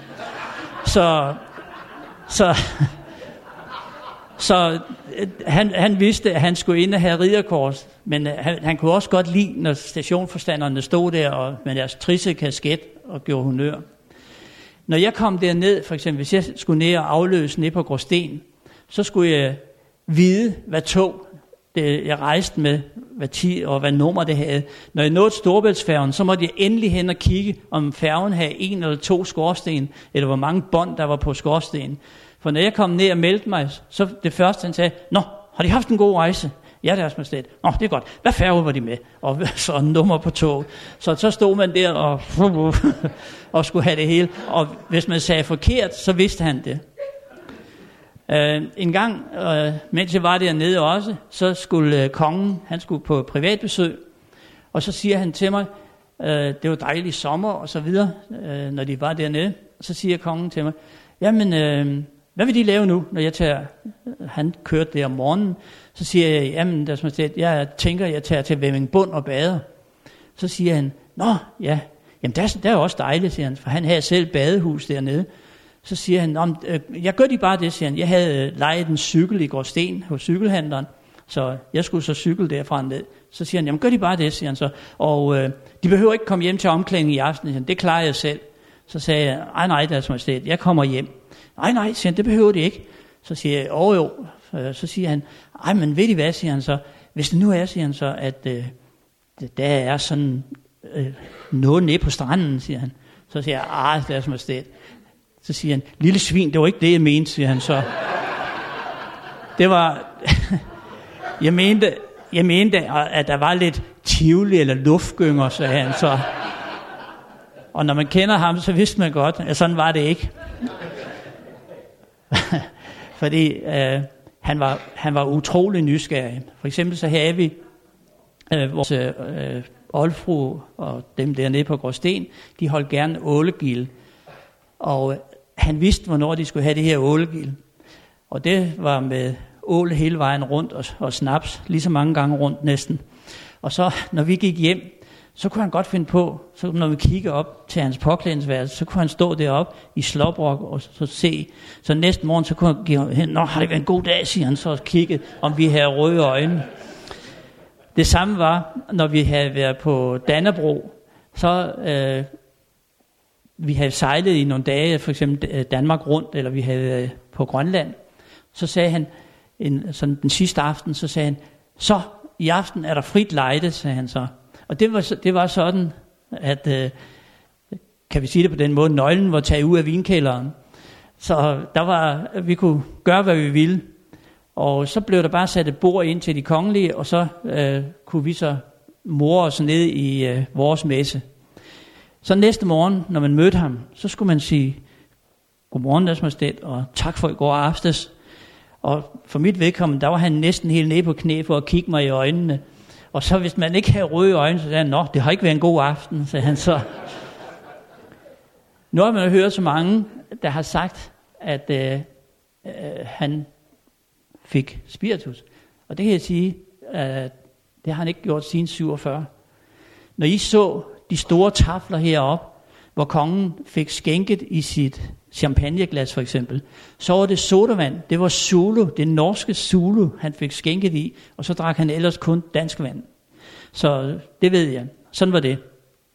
Så, så, så han, han vidste, at han skulle ind og have ridderkors. Men han, han kunne også godt lide, når stationforstanderne stod der og med deres trisse kasket og gjorde honør. Når jeg kom derned, for eksempel hvis jeg skulle ned og afløse ned på Gråsten, så skulle jeg vide, hvad tog det, jeg rejste med, hvad tid og hvad nummer det havde. Når jeg nåede Storebæltsfærgen, så måtte jeg endelig hen og kigge, om færgen havde en eller to skorsten, eller hvor mange bånd der var på skorstenen. For når jeg kom ned og meldte mig, så det første han sagde, nå, har de haft en god rejse? Ja, deres majestæt. Nå, det er godt. Hvad færge var de med? Og så nummer på tog. Så så stod man der og, og skulle have det hele. Og hvis man sagde forkert, så vidste han det. Uh, en gang, uh, mens jeg var dernede også, så skulle uh, kongen, han skulle på privatbesøg, og så siger han til mig, uh, det var dejlig sommer og så videre, uh, når de var dernede, så siger kongen til mig, jamen, uh, hvad vil de lave nu, når jeg tager, han kørte der om morgenen, så siger jeg, jamen, der er jeg tænker, jeg tager til Vemmingbund og bader. Så siger han, nå, ja, jamen, der, der er også dejligt, siger han, for han havde selv badehus dernede. Så siger han, om, øh, jeg gør de bare det, siger han. Jeg havde lejet en cykel i Gråsten hos cykelhandleren, så jeg skulle så cykle derfra ned. Så siger han, jamen gør de bare det, siger han så. Og øh, de behøver ikke komme hjem til omklædning i aften, siger han. Det klarer jeg selv. Så sagde jeg, nej, nej, Deres Majestæt, jeg kommer hjem. Nej, nej, siger han, det behøver det ikke. Så siger jeg, åh jo. Så siger han, ej, men ved I hvad, siger han så. Hvis det nu er, siger han så, at øh, der er sådan øh, noget nede på stranden, siger han. Så siger jeg, ej, Deres Majestæt. Så siger han, lille svin, det var ikke det, jeg mente, siger han så. Det var, jeg mente, jeg mente, at der var lidt tivoli eller luftgynger, sagde han så. Og når man kender ham, så vidste man godt, at sådan var det ikke. Fordi øh, han, var, han var utrolig nysgerrig. For eksempel så havde vi øh, vores øh, oldfru og dem dernede på Gråsten, de holdt gerne ålegilde. Og øh, han vidste, hvornår de skulle have det her ålegilde. Og det var med ål hele vejen rundt og, og snaps, lige så mange gange rundt næsten. Og så, når vi gik hjem, så kunne han godt finde på, så når vi kigger op til hans påklædningsværelse, så kunne han stå deroppe i slåbrok og så se. Så næste morgen, så kunne han give hen, nå, har det været en god dag, siger han så, og kigge, om vi havde røde øjne. Det samme var, når vi havde været på Dannebrog, så øh, vi havde sejlet i nogle dage, for eksempel Danmark rundt, eller vi havde været på Grønland. Så sagde han, en, sådan den sidste aften, så sagde han, så i aften er der frit lejde, sagde han så. Og det var, det var sådan, at, øh, kan vi sige det på den måde, nøglen var taget ud af vinkælderen. Så der var, vi kunne gøre, hvad vi ville. Og så blev der bare sat et bord ind til de kongelige, og så øh, kunne vi så more os ned i øh, vores messe. Så næste morgen, når man mødte ham, så skulle man sige, godmorgen, Deres Majestæt, og tak for i går aftes. Og for mit vedkommende, der var han næsten helt nede på knæ for at kigge mig i øjnene. Og så hvis man ikke havde røde øjne, så sagde han, nå, det har ikke været en god aften, sagde han så. Nu har man hørt så mange, der har sagt, at øh, øh, han fik spiritus. Og det kan jeg sige, at det har han ikke gjort siden syvogfyrre. Når I så de store tafler heroppe, hvor kongen fik skænket i sit champagneglas for eksempel, så var det sodavand, det var Zulu, det norske Zulu, han fik skænket i, og så drak han ellers kun dansk vand. Så det ved jeg. Sådan var det.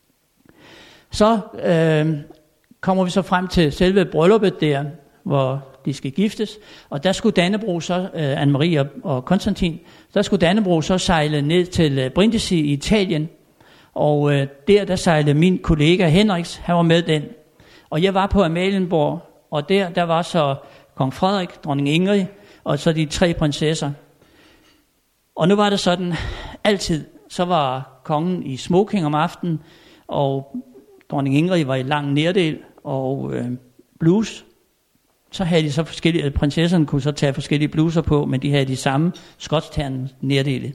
Så øh, kommer vi så frem til selve brylluppet der, hvor de skal giftes, og der skulle Dannebrog så, øh, Anne-Marie og, og Konstantin, der skulle Dannebrog så sejle ned til øh, Brindisi i Italien, og øh, der, der sejlede min kollega Henriks, han var med den. Og jeg var på Amalienborg, og der, der var så kong Frederik, dronning Ingrid, og så de tre prinsesser. Og nu var det sådan, altid, så var kongen i smoking om aftenen, og dronning Ingrid var i lang nærdel og øh, bluse. Så havde de så forskellige, prinsesserne kunne så tage forskellige bluser på, men de havde de samme skotsterne nærdele.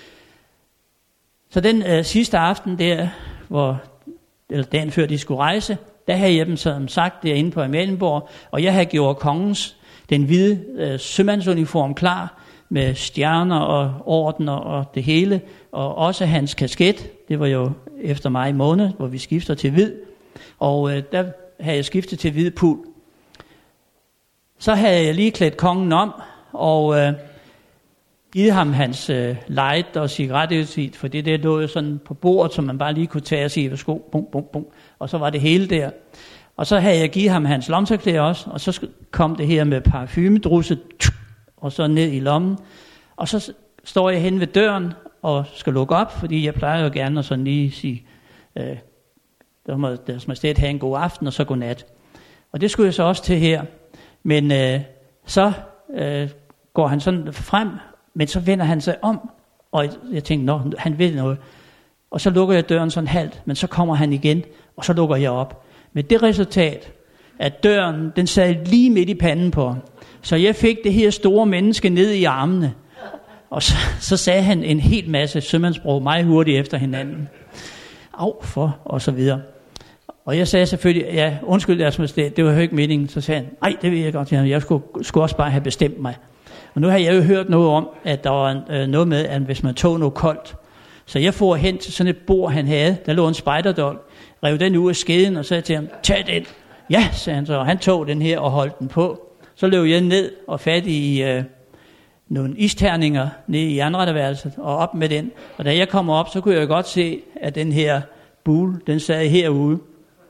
Så den øh, sidste aften der, hvor, eller dagen før de skulle rejse, der havde jeg dem som sagt derinde på Amalienborg, og jeg havde gjort kongens, den hvide øh, sømandsuniform klar, med stjerner og ordener og det hele, og også hans kasket, det var jo efter maj måned, hvor vi skifter til hvid, og øh, der havde jeg skiftet til hvid pul. Så havde jeg lige klædt kongen om, og øh, givet ham hans øh, light og cigarettetit, for det der lå jo sådan på bordet, som man bare lige kunne tage og sige, værsgo, bum, bum, bum, og så var det hele der. Og så havde jeg givet ham hans lommetørklæde også, og så kom det her med parfumedrusse, og så ned i lommen. Og så står jeg hen ved døren og skal lukke op, fordi jeg plejer jo gerne at sådan lige sige, øh, der må Deres Majestæt have en god aften, og så god nat. Og det skulle jeg så også til her. Men øh, så øh, går han sådan frem, men så vender han sig om, og jeg tænkte, nå, han vil noget. Og så lukker jeg døren sådan halvt, men så kommer han igen, og så lukker jeg op. Med det resultat, at døren, den sad lige midt i panden på ham. Så jeg fik det her store menneske ned i armene. Og så, så sagde han en hel masse sømandssprog meget hurtigt efter hinanden. Au for, og så videre. Og jeg sagde selvfølgelig, ja, undskyld Deres Majestæt, det var jo ikke meningen. Så sagde han, nej, det ved jeg godt, jeg skulle, skulle også bare have bestemt mig. Og nu har jeg jo hørt noget om, at der var øh, noget med, at hvis man tog noget koldt. Så jeg får hen til sådan et bord, han havde. Der lå en spejderdolk. Rev den ud af skeden og sagde til ham, tag den. Ja, sagde han så. Og han tog den her og holdt den på. Så løb jeg ned og fat i øh, nogle isterninger nede i anretterværelset og op med den. Og da jeg kom op, så kunne jeg godt se, at den her bule, den sad herude.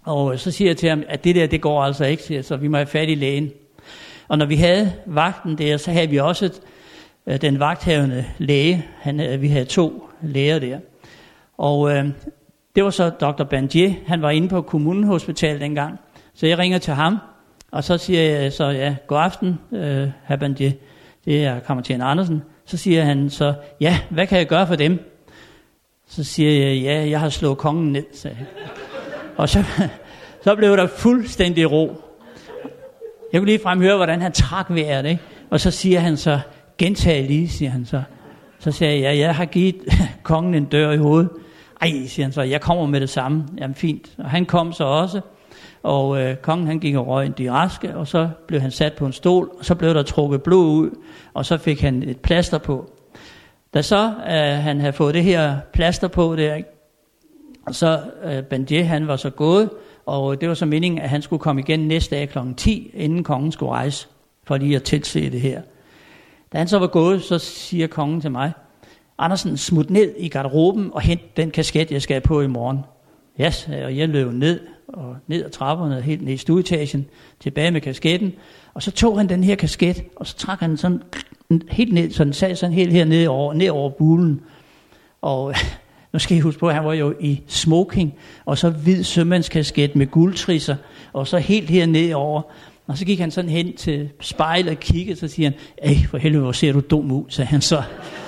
Og så siger jeg til ham, at det der, det går altså ikke, siger jeg, så vi må have fat i lægen. Og når vi havde vagten der, så havde vi også øh, den vagthavende læge. Han, øh, vi havde to læger der. Og øh, det var så doktor Bandier. Han var inde på kommunehospitalet dengang. Så jeg ringer til ham, og så siger jeg så, ja, god aften, øh, hr. Bandier. Det er kammertjener Andersen. Så siger han så, ja, hvad kan jeg gøre for dem? Så siger jeg, ja, jeg har slået kongen ned, sagde jeg. Og så, så blev der fuldstændig ro. Jeg kunne lige frem høre, hvordan han trak vejret, ikke? Og så siger han så, gentag lige, siger han så. Så siger jeg, ja, jeg har givet kongen en dør i hovedet. Ej, siger han så, jeg kommer med det samme. Jamen fint. Og han kom så også, og øh, kongen han gik og røg ind i raske, og så blev han sat på en stol, og så blev der trukket blod ud, og så fik han et plaster på. Da så øh, han havde fået det her plaster på der, og så øh, Bandier, han var så gået, og det var så meningen, at han skulle komme igen næste dag klokken ti, inden kongen skulle rejse, for lige at tilse det her. Da han så var gået, så siger kongen til mig, Andersen, smut ned i garderoben og hent den kasket, jeg skal have på i morgen. Ja, yes, og jeg løb ned, og ned ad trapperne, helt ned i stueetagen, tilbage med kasketten, og så tog han den her kasket, og så trak han sådan helt ned, så den sad sådan helt her ned over, ned over bulen. Og nu skal I huske på, at han var jo i smoking, og så hvid sømandskasket med guldtrisser, og så helt her ned over. Og så gik han sådan hen til spejlet og kiggede, så siger han, ej, for helvede, hvor ser du dum ud, sagde han så.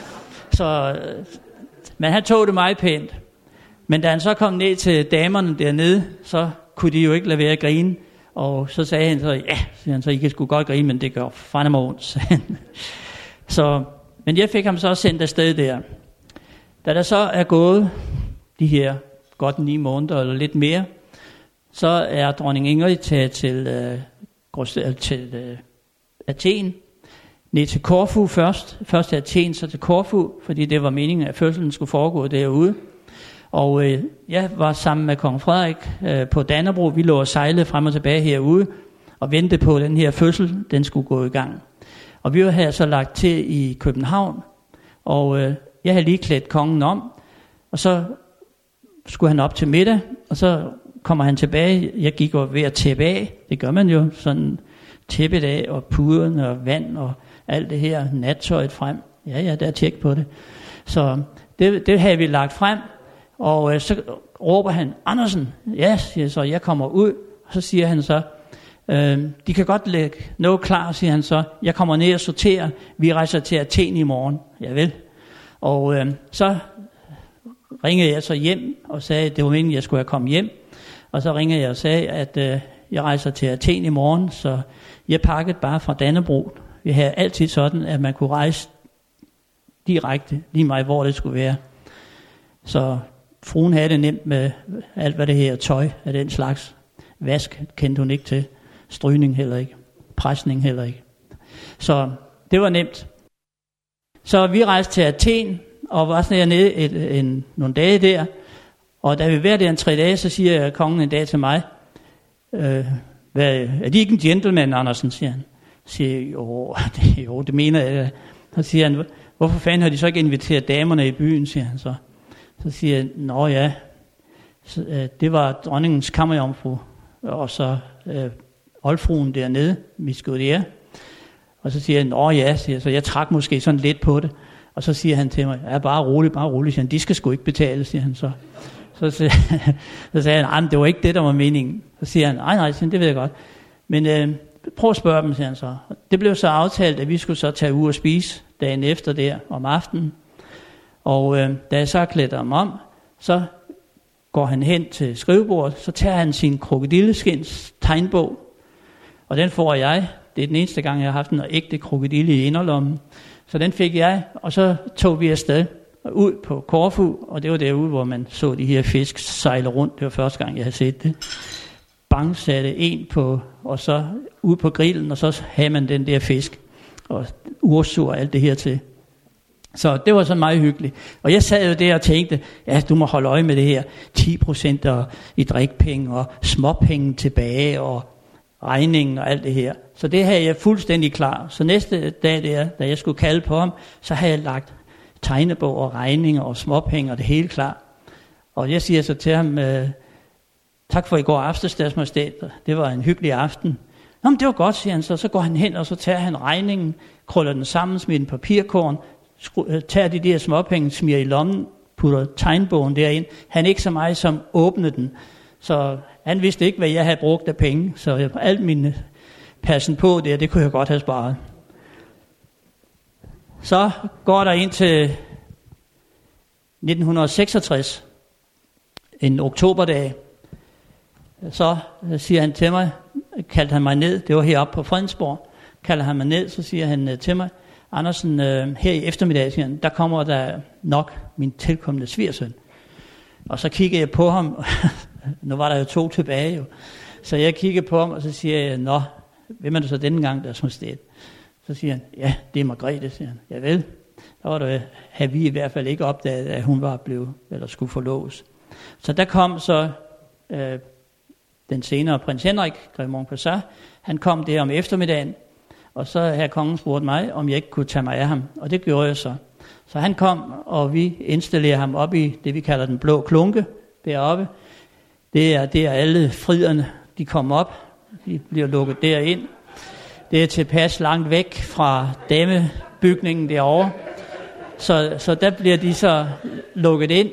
så. Men han tog det meget pænt. Men da han så kom ned til damerne dernede, så kunne de jo ikke lade være at grine. Og så sagde han så, ja, siger han så, I kan sgu godt grine, men det gør fandme ondt, sagde han. Så, men jeg fik ham så sendt afsted der. Da der så er gået de her godt ni måneder eller lidt mere, så er dronning Ingrid taget til, øh, til øh, Athen, ned til Korfu først. Først til Athen, så til Korfu, fordi det var meningen, at fødslen skulle foregå derude. Og øh, jeg var sammen med kong Frederik øh, på Dannebrog. Vi lå og sejlede frem og tilbage herude og ventede på, at den her fødsel, den skulle gå i gang. Og vi var her så lagt til i København, og øh, jeg havde lige klædt kongen om, og så skulle han op til middag, og så kommer han tilbage. Jeg gik over ved at tæppe af. Det gør man jo, sådan tæppet af, og puden og vand og alt det her, nattøjet frem. Ja, ja, der er tjek på det. Så det, det havde vi lagt frem, og øh, så råber han, Andersen, ja, siger så, jeg kommer ud, og så siger han så, øh, de kan godt lægge noget klar, siger han så, jeg kommer ned og sorterer, vi rejser til Athen i morgen. Ja vel. Og øh, så ringede jeg så hjem og sagde, at det var meningen, at jeg skulle have kommet hjem. Og så ringede jeg og sagde, at øh, jeg rejser til Athen i morgen, så jeg pakkede bare fra Dannebrog. Vi havde altid sådan, at man kunne rejse direkte, lige meget hvor det skulle være. Så fruen havde det nemt med alt, hvad det her tøj af den slags. Vask kendte hun ikke til. Strygning heller ikke. Presning heller ikke. Så det var nemt. Så vi rejste til Athen, og var sådan nede et, en, nogle dage der. Og da vi var der en tre dage, så siger kongen en dag til mig, øh, hvad, er de ikke en gentleman, Andersen, siger han. Så siger jeg, jo det, jo, det mener jeg. Så siger han, hvorfor fanden har de så ikke inviteret damerne i byen, siger han så. Så siger jeg, nå ja, så, øh, det var dronningens kammerjomfru, og så øh, oldfruen dernede, Miskodier. Og så siger jeg, nå ja, siger jeg, så jeg trak måske sådan lidt på det. Og så siger han til mig, ja, bare roligt, bare roligt, siger han, de skal sgu ikke betale, siger han så. Så, så, så sagde han, nej, det var ikke det, der var meningen. Så siger han, nej, nej, siger han, det ved jeg godt. Men øh, prøv at spørge dem, siger han så. Det blev så aftalt, at vi skulle så tage ud og spise dagen efter der om aftenen. Og øh, da jeg så klædte ham om, så går han hen til skrivebordet, så tager han sin krokodilleskins tegnbog. Og den får jeg. Det er den eneste gang, jeg har haft en ægte krokodille i inderlommen. Så den fik jeg, og så tog vi afsted ud på Korfu, og det var derude, hvor man så de her fisk sejle rundt. Det var første gang, jeg havde set det. Bang satte en på, og så ud på grillen, og så havde man den der fisk, og ursur og alt det her til. Så det var så meget hyggeligt. Og jeg sad jo der og tænkte, ja, du må holde øje med det her. ti procent i drikpenge, og småpenge tilbage, og regningen og alt det her. Så det havde jeg fuldstændig klar. Så næste dag der, da jeg skulle kalde på ham, så havde jeg lagt tegnebog og regninger og småpenge og det hele klar. Og jeg siger så til ham, øh, tak for i går aftes, Deres Majestæt. Det var en hyggelig aften. Nå, men det var godt, siger han så. Så går han hen, og så tager han regningen, krøller den sammen, smider en papirkorn, skru, tager de der småpenge, smider i lommen, putter tegnbogen derind. Han er ikke så meget som åbnede den. Så han vidste ikke, hvad jeg havde brugt af penge. Så alt min passen på der, det kunne jeg godt have sparet. Så går der ind til nitten seksogtres, en oktoberdag. Så siger han til mig, kaldte han mig ned, det var heroppe på Fredensborg, kalder han mig ned, så siger han til mig, Andersen, her i eftermiddag, siger han, der kommer der nok min tilkommende svigersøn. Og så kigger jeg på ham, nu var der jo to tilbage jo, så jeg kigger på ham, og så siger jeg, nå, hvem er det så denne gang, der er som sted? Så siger han, ja, det er Margrethe, siger han. Ja vel, der var det, havde vi i hvert fald ikke opdaget, at hun var blevet, eller skulle forloves. Så der kom så øh, den senere prins Henrik, Grev Montpessat, han kom der om eftermiddagen, og så havde kongen spurgt mig, om jeg ikke kunne tage mig af ham, og det gjorde jeg så. Så han kom, og vi installerer ham op i det, vi kalder den blå klunke deroppe. Det er der alle friderne, de kommer op, de bliver lukket derind. Det er tilpas langt væk fra damebygningen derovre, så, så der bliver de så lukket ind.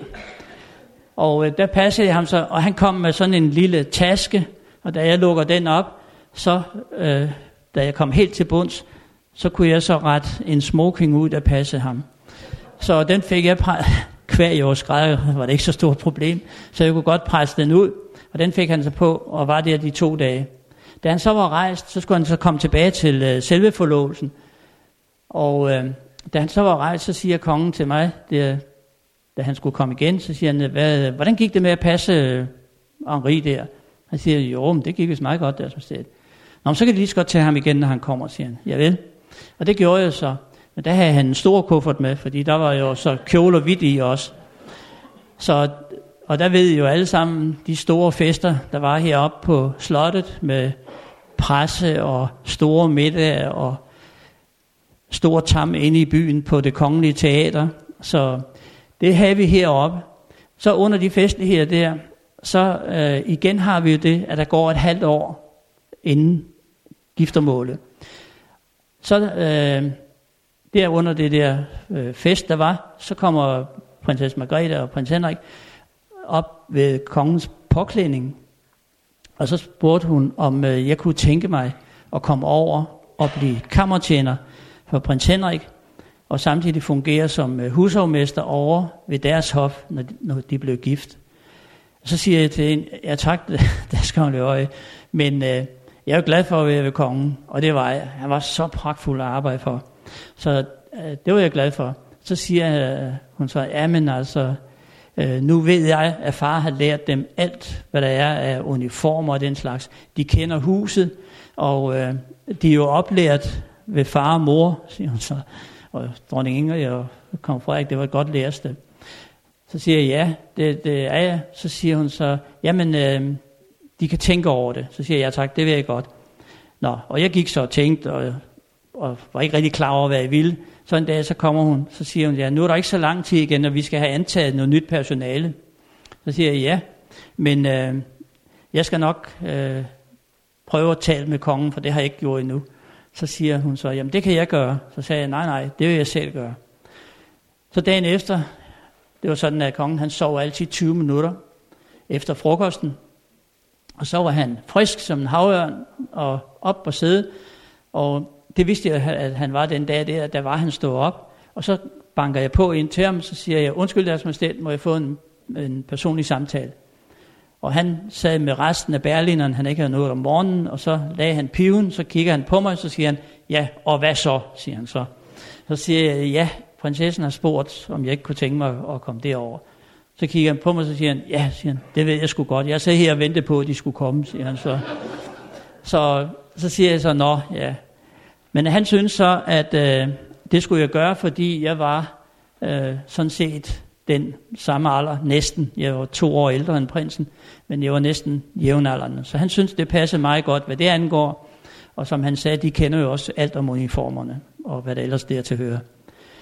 Og øh, der passede jeg ham så, og han kom med sådan en lille taske, og da jeg lukker den op, så øh, da jeg kom helt til bunds, så kunne jeg så rette en smoking ud, der passede ham. Så den fik jeg pre- hver i års grad, var det ikke så stort problem, så jeg kunne godt presse den ud, og den fik han så på, og var der de to dage. Da han så var rejst, så skulle han så komme tilbage til øh, selve forlovelsen, og øh, da han så var rejst, så siger kongen til mig, det, da han skulle komme igen, så siger han, Hvad, hvordan gik det med at passe øh, Henri der? Han siger, jo, men det gik vist meget godt der som sted. Nå, men så kan de lige så godt tage ham igen, når han kommer, siger han. Ja vel. Og det gjorde jeg så. Men der havde han en stor kuffert med, fordi der var jo så kjoler hvidt i også. Så, og der ved I jo alle sammen, de store fester, der var heroppe på slottet, med presse og store middag og stor tam inde i byen på Det Kongelige Teater. Så det havde vi heroppe. Så under de festligheder der, så øh, igen har vi jo det, at der går et halvt år inden giftermålet. Så øh, der under det der øh, fest, der var, så kommer prinsesse Margrethe og prins Henrik op ved kongens påklædning. Og så spurgte hun, om øh, jeg kunne tænke mig at komme over og blive kammertjener for prins Henrik, og samtidig fungere som øh, hushovmester over ved deres hof, når de, når de blev gift. Og så siger jeg til hende, ja tak, der skal hun løbe øje, men øh, jeg er jo glad for at være ved kongen, og det var jeg. Han var så pragtfuld at arbejde for. Så øh, det var jeg glad for. Så siger øh, hun så, ja men altså, øh, nu ved jeg, at far har lært dem alt, hvad der er af uniformer og den slags. De kender huset, og øh, de er jo oplært ved far og mor, siger hun så. Og dronning Ingrid og kong Frederik, det var et godt lærested. Så siger jeg, ja, det, det er jeg. Så siger hun så, jamen, øh, de kan tænke over det. Så siger jeg, ja tak, det vil jeg godt. Nå, og jeg gik så og tænkte, og, og var ikke rigtig klar over, hvad jeg ville. Så en dag, så kommer hun, så siger hun, ja, nu er der ikke så lang tid igen, og vi skal have antaget noget nyt personale. Så siger jeg, ja, men øh, jeg skal nok øh, prøve at tale med kongen, for det har jeg ikke gjort endnu. Så siger hun så, jamen det kan jeg gøre. Så sagde jeg, nej, nej, det vil jeg selv gøre. Så dagen efter, det var sådan, at kongen han sov altid tyve minutter efter frokosten. Og så var han frisk som en havørn og op på sædet. Og det vidste jeg, at han var den dag der, der var han stået op. Og så banker jeg på ind til ham, så siger jeg, undskyld Deres Majestæt, må jeg få en, en personlig samtale. Og han sad med resten af berlineren, han ikke havde noget om morgenen, og så lagde han piven, så kigger han på mig, og så siger han, ja, og hvad så, siger han så. Så siger jeg, ja, prinsessen har spurgt, om jeg ikke kunne tænke mig at komme derover. Så kigger han på mig, og så siger han, ja, siger han, det ved jeg sgu godt. Jeg sad her og ventede på, at de skulle komme, siger han så. Så, så siger jeg så, nå, ja. Men han synes så, at øh, det skulle jeg gøre, fordi jeg var øh, sådan set den samme alder, næsten. Jeg var to år ældre end prinsen, men jeg var næsten jævnaldrende. Så han synes, det passer meget godt, hvad det angår. Og som han sagde, de kender jo også alt om uniformerne, og hvad der ellers der til høre.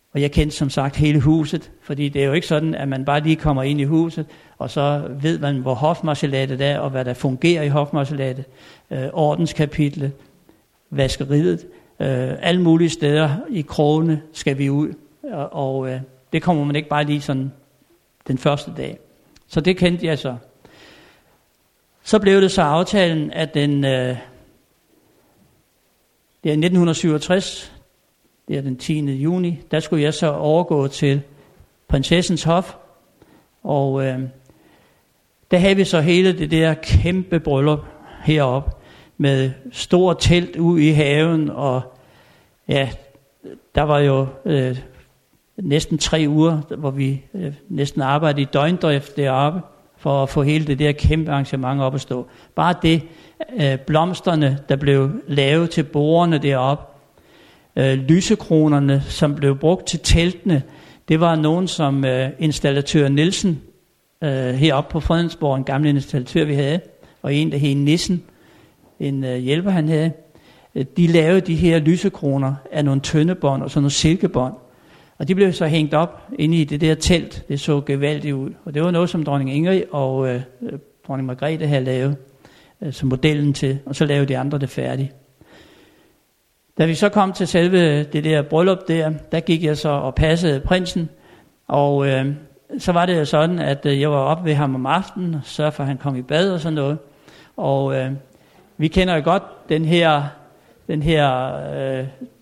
Og jeg kendte som sagt hele huset, fordi det er jo ikke sådan, at man bare lige kommer ind i huset, og så ved man, hvor hofmarcelatet er, og hvad der fungerer i hofmarcelatet, øh, ordenskapitlet, vaskeriet, øh, alle mulige steder i krogene skal vi ud, og, og øh, det kommer man ikke bare lige sådan den første dag. Så det kendte jeg så. Så blev det så aftalen, at den, øh, det er nitten syvogtres, det er den tiende juni, der skulle jeg så overgå til prinsessens hof, og øh, der havde vi så hele det der kæmpe bryllup heroppe, med stor telt ude i haven, og ja, der var jo øh, næsten tre uger, hvor vi øh, næsten arbejdede i døgndrift deroppe, for at få hele det der kæmpe arrangement op at stå. Bare det, øh, blomsterne, der blev lavet til bordene deroppe, øh, lysekronerne, som blev brugt til teltene, det var nogen som øh, installatør Nielsen, øh, heroppe på Fredensborg, en gammel installatør vi havde, og en der hed Nissen, en øh, hjælper han havde. De lavede de her lysekroner af nogle tøndebånd og sådan nogle silkebånd. Og de blev så hængt op inde i det der telt. Det så gevaldigt ud. Og det var noget, som dronning Ingrid og øh, dronning Margrethe havde lavet øh, som modellen til. Og så lavede de andre det færdigt. Da vi så kom til selve det der bryllup der, der gik jeg så og passede prinsen. Og øh, så var det jo sådan, at øh, jeg var oppe ved ham om aftenen, og sørgede for, at han kom i bad og sådan noget. Og øh, vi kender jo godt den her, den her øh,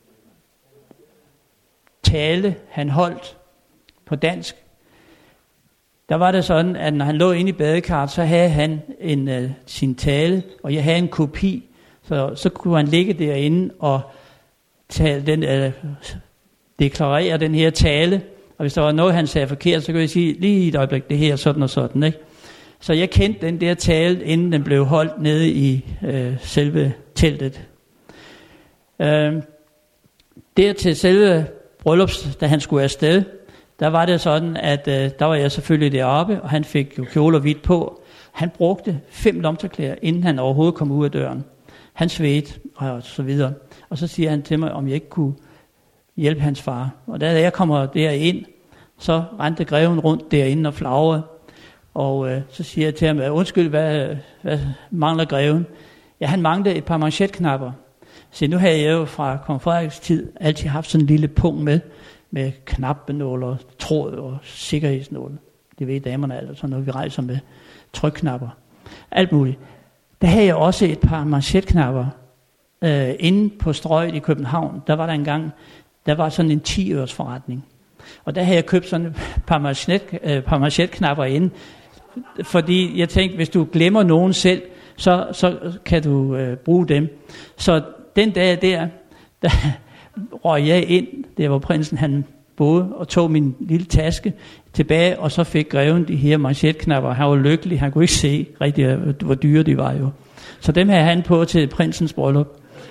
tale, han holdt på dansk. Der var det sådan, at når han lå inde i badekarret, så havde han en, øh, sin tale, og jeg havde en kopi. Så, så kunne han ligge derinde og tale den, øh, deklarere den her tale. Og hvis der var noget, han sagde forkert, så kunne jeg sige, lige et øjeblik, det her sådan og sådan, ikke? Så jeg kendte den der tale, inden den blev holdt nede i øh, selve teltet. Øh, der til selve bryllups, da han skulle afsted, der var det sådan, at øh, der var jeg selvfølgelig deroppe, og han fik jo kjole og hvidt på. Han brugte fem lomterklæder, inden han overhovedet kom ud af døren. Han svedte og så videre. Og så siger han til mig, om jeg ikke kunne hjælpe hans far. Og da jeg kommer derind, så rendte greven rundt derinde og flagrede. Og øh, så siger jeg til ham, undskyld, hvad, hvad mangler greven? Ja, han manglede et par manchetknapper. Så nu havde jeg jo fra kong Frederiks tid altid haft sådan en lille punkt med, med knappenåler, tråd og sikkerhedsnåle. Det ved damerne alt, sådan noget vi rejser med, trykknapper, alt muligt. Der havde jeg også et par manchetknapper øh, inde på Strøget i København. Der var der engang, der var sådan en ti-øres forretning. Og der havde jeg købt sådan et par, manchet, øh, par manchetknapper inde, fordi jeg tænkte, hvis du glemmer nogen selv, så, så kan du øh, bruge dem. Så den dag der, der røg jeg ind, der hvor prinsen han boede, og tog min lille taske tilbage, og så fik greven de her manchetknapper. Han var lykkelig, han kunne ikke se rigtig, hvor dyre de var jo. Så dem havde han på til prinsens bryllup.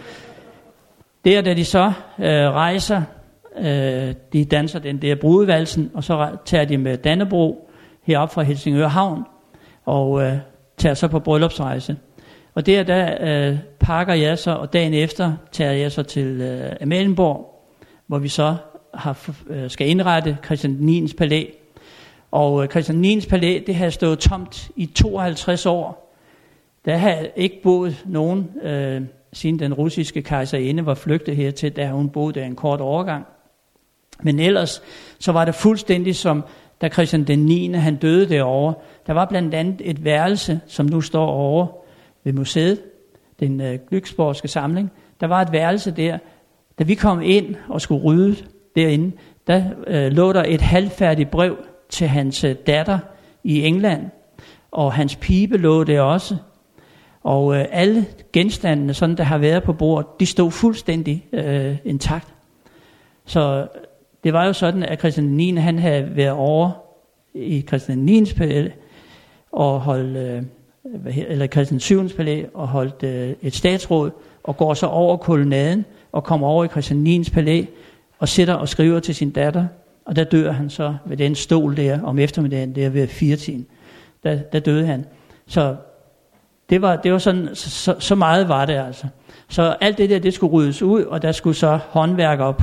Der, da de så øh, rejser, øh, de danser den der brudevalsen, og så tager de med Dannebrog herop fra Helsingør Havn, og øh, tager så på bryllupsrejse. Og der, der øh, pakker jeg så, og dagen efter tager jeg så til øh, Amalienborg, hvor vi så har, øh, skal indrette Christian den niendes palæ. Og øh, Christian den niendes palæ, det har stået tomt i tooghalvtreds år. Der har ikke boet nogen, øh, siden den russiske kejserinde var flygtet hertil, da hun boede der en kort overgang. Men ellers, så var det fuldstændig som, da Christian den niende han døde derovre. Der var blandt andet et værelse, som nu står over ved museet, den øh, Glücksborgske samling. Der var et værelse der. Da vi kom ind og skulle rydde derinde, der øh, lå der et halvfærdigt brev til hans øh, datter i England, og hans pibe lå der også. Og øh, alle genstandene, sådan der har været på bordet, de stod fuldstændig øh, intakt. Så det var jo sådan, at Christian den niende han havde været over i Christian den niendes palæ og holdt øh, eller Christian den syvendes palæ og holdt øh, et statsråd, og går så over kolonnaden og kommer over i Christian den niendes palæ og sidder og skriver til sin datter, og der dør han så ved den stol der om eftermiddagen der ved firetiden. Der, der døde han. Så det var, det var sådan, så, så meget var det altså. Så alt det der, det skulle ryddes ud, og der skulle så håndværkere på.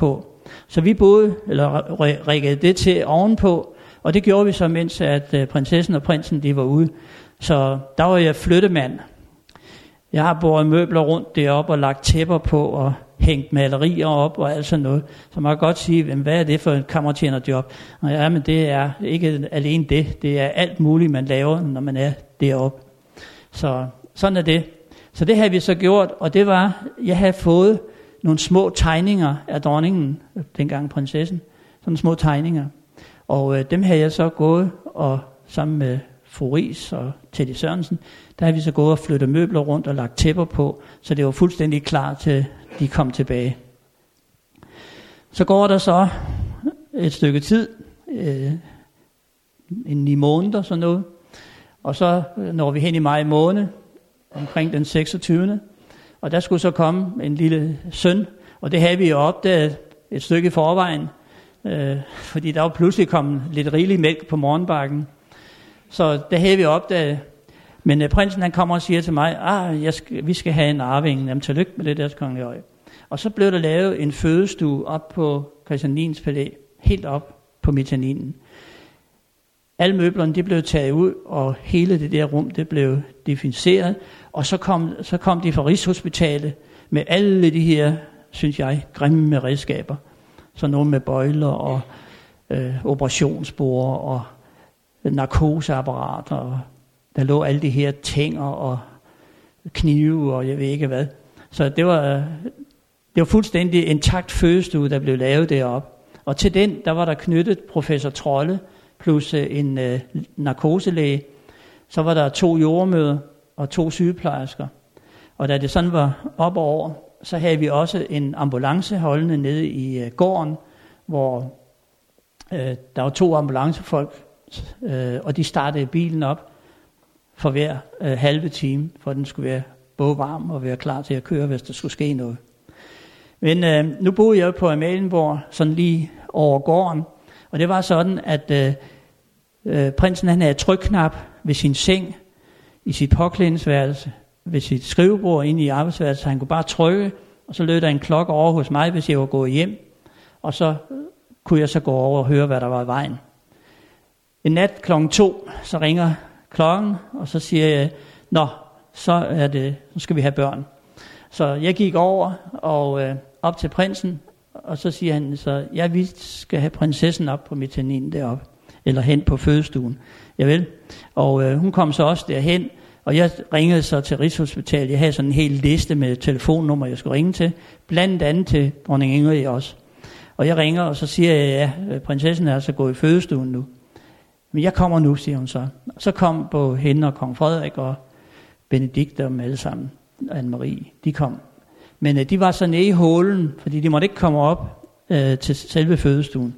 Så vi boede, eller riggede det til ovenpå, og det gjorde vi så, mens at øh, prinsessen og prinsen de var ude. Så der var jeg flyttemand. Jeg har båret møbler rundt deroppe og lagt tæpper på og hængt malerier op og alt sådan noget. Så man kan godt sige, hvad er det for en kammertjenerjob? Og ja, men det er ikke alene det. Det er alt muligt, man laver, når man er deroppe. Så sådan er det. Så det havde vi så gjort, og det var, jeg havde fået nogle små tegninger af dronningen, dengang prinsessen. Sådan små tegninger. Og øh, dem havde jeg så gået, og sammen med fru Riis og Teddy Sørensen, der havde vi så gået og flyttet møbler rundt og lagt tæpper på, så det var fuldstændig klar til, de kom tilbage. Så går der så et stykke tid, øh, en ni måneder sådan noget, og så når vi hen i maj måned, omkring den seksogtyvende Og der skulle så komme en lille søn, og det havde vi jo opdaget et stykke i forvejen, øh, fordi der var pludselig kommet lidt rigelig mælk på morgenbakken. Så det havde vi opdaget. Men øh, prinsen han kommer og siger til mig, ah, jeg skal, vi skal have en arving. Jamen tillykke med det der, kongelige høje. Og så blev der lavet en fødestue op på Christian niende palæ, helt op på mezzaninen. Alle møblerne de blev taget ud, og hele det der rum det blev defineret. Og så kom, så kom de fra Rigshospitalet med alle de her, synes jeg, grimme redskaber. Så nogle med bøjler og øh, operationsborde og narkoseapparater. Og der lå alle de her tænger og knive og jeg ved ikke hvad. Så det var, det var fuldstændig intakt fødestue, der blev lavet deroppe. Og til den, der var der knyttet professor Trolle plus en øh, narkoselæge. Så var der to jordemødre og to sygeplejersker. Og da det sådan var op over, så havde vi også en ambulance holdende nede i øh, gården, hvor øh, der var to ambulancefolk, øh, og de startede bilen op for hver øh, halve time, for den skulle være både varm og være klar til at køre, hvis der skulle ske noget. Men øh, nu boede jeg på Amalienborg, sådan lige over gården, og det var sådan, at øh, øh, prinsen han havde trykknap ved sin seng, i sit påklædningsværelse, ved sit skrivebord inde i arbejdsværelset, så han kunne bare trykke, og så lød der en klokke over hos mig, hvis jeg var gået hjem, og så kunne jeg så gå over og høre, hvad der var i vejen. En nat klokken to, så ringer klokken, og så siger jeg, nå, så er det, så skal vi have børn. Så jeg gik over og øh, op til prinsen, og så siger han så, ja, vi skal have prinsessen op på mezzaninen deroppe, eller hen på fødestuen. Javel. Og øh, hun kom så også derhen, og jeg ringede så til Rigshospitalet. Jeg havde sådan en hel liste med telefonnummer, jeg skulle ringe til, blandt andet til dronning Ingrid også. Og jeg ringer, og så siger jeg, ja, prinsessen er altså gået i fødestuen nu. Men jeg kommer nu, siger hun så. Så kom på hende og kong Frederik og Benedikte og dem alle sammen, og Anne-Marie, de kom. Men øh, de var så nede i hålen, fordi de måtte ikke komme op øh, til selve fødestuen.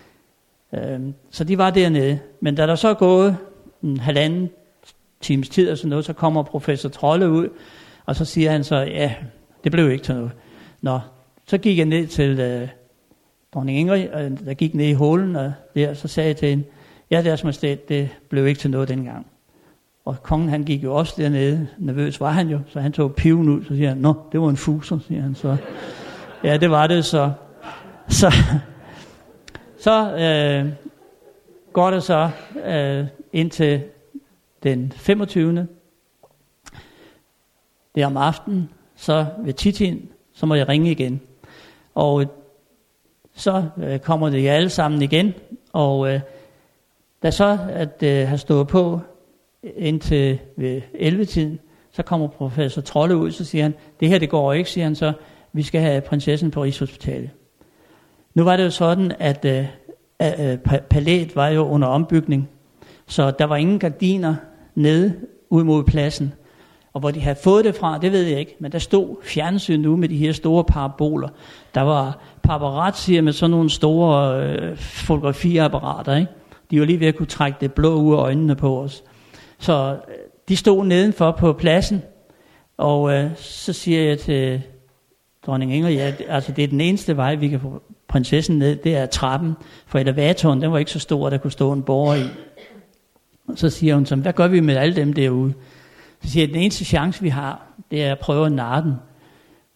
Øh, så de var dernede. Men da der så er gået en halvanden times tid og sådan noget, så kommer professor Trolle ud, og så siger han så, ja, det blev ikke til noget. Nå, så gik jeg ned til øh, dronning Ingrid, og der gik ned i hålen, og der, så sagde jeg til hende, ja, deres majestæt, det blev ikke til noget dengang. Og kongen, han gik jo også dernede, nervøs var han jo, så han tog piven ud, så siger han, nå, det var en fuser, siger han så. Ja, det var det så. Så, så øh, går det så øh, indtil den femogtyvende Det er om aftenen, så ved titiden, så må jeg ringe igen. Og så øh, kommer det alle sammen igen, og øh, da så at øh, har stået på indtil ved elleve-tiden, så kommer professor Trolle ud, så siger han, det her det går ikke, siger han så, vi skal have prinsessen på Rigshospitalet. Nu var det jo sådan, at øh, øh, palæet var jo under ombygning, så der var ingen gardiner nede ud mod pladsen. Og hvor de havde fået det fra, det ved jeg ikke, men der stod fjernsyn nu med de her store paraboler. Der var paparazzier med sådan nogle store øh, fotografiapparater, ikke? De var lige ved at kunne trække det blå ud af øjnene på os. Så de stod nedenfor på pladsen, og øh, så siger jeg til dronning Ingrid, ja, altså det er den eneste vej, vi kan få prinsessen ned, det er trappen, for elevatoren, den var ikke så stor, der kunne stå en borger i. Og så siger hun så, hvad gør vi med alle dem derude? Så siger jeg, den eneste chance vi har, det er at prøve at narre den.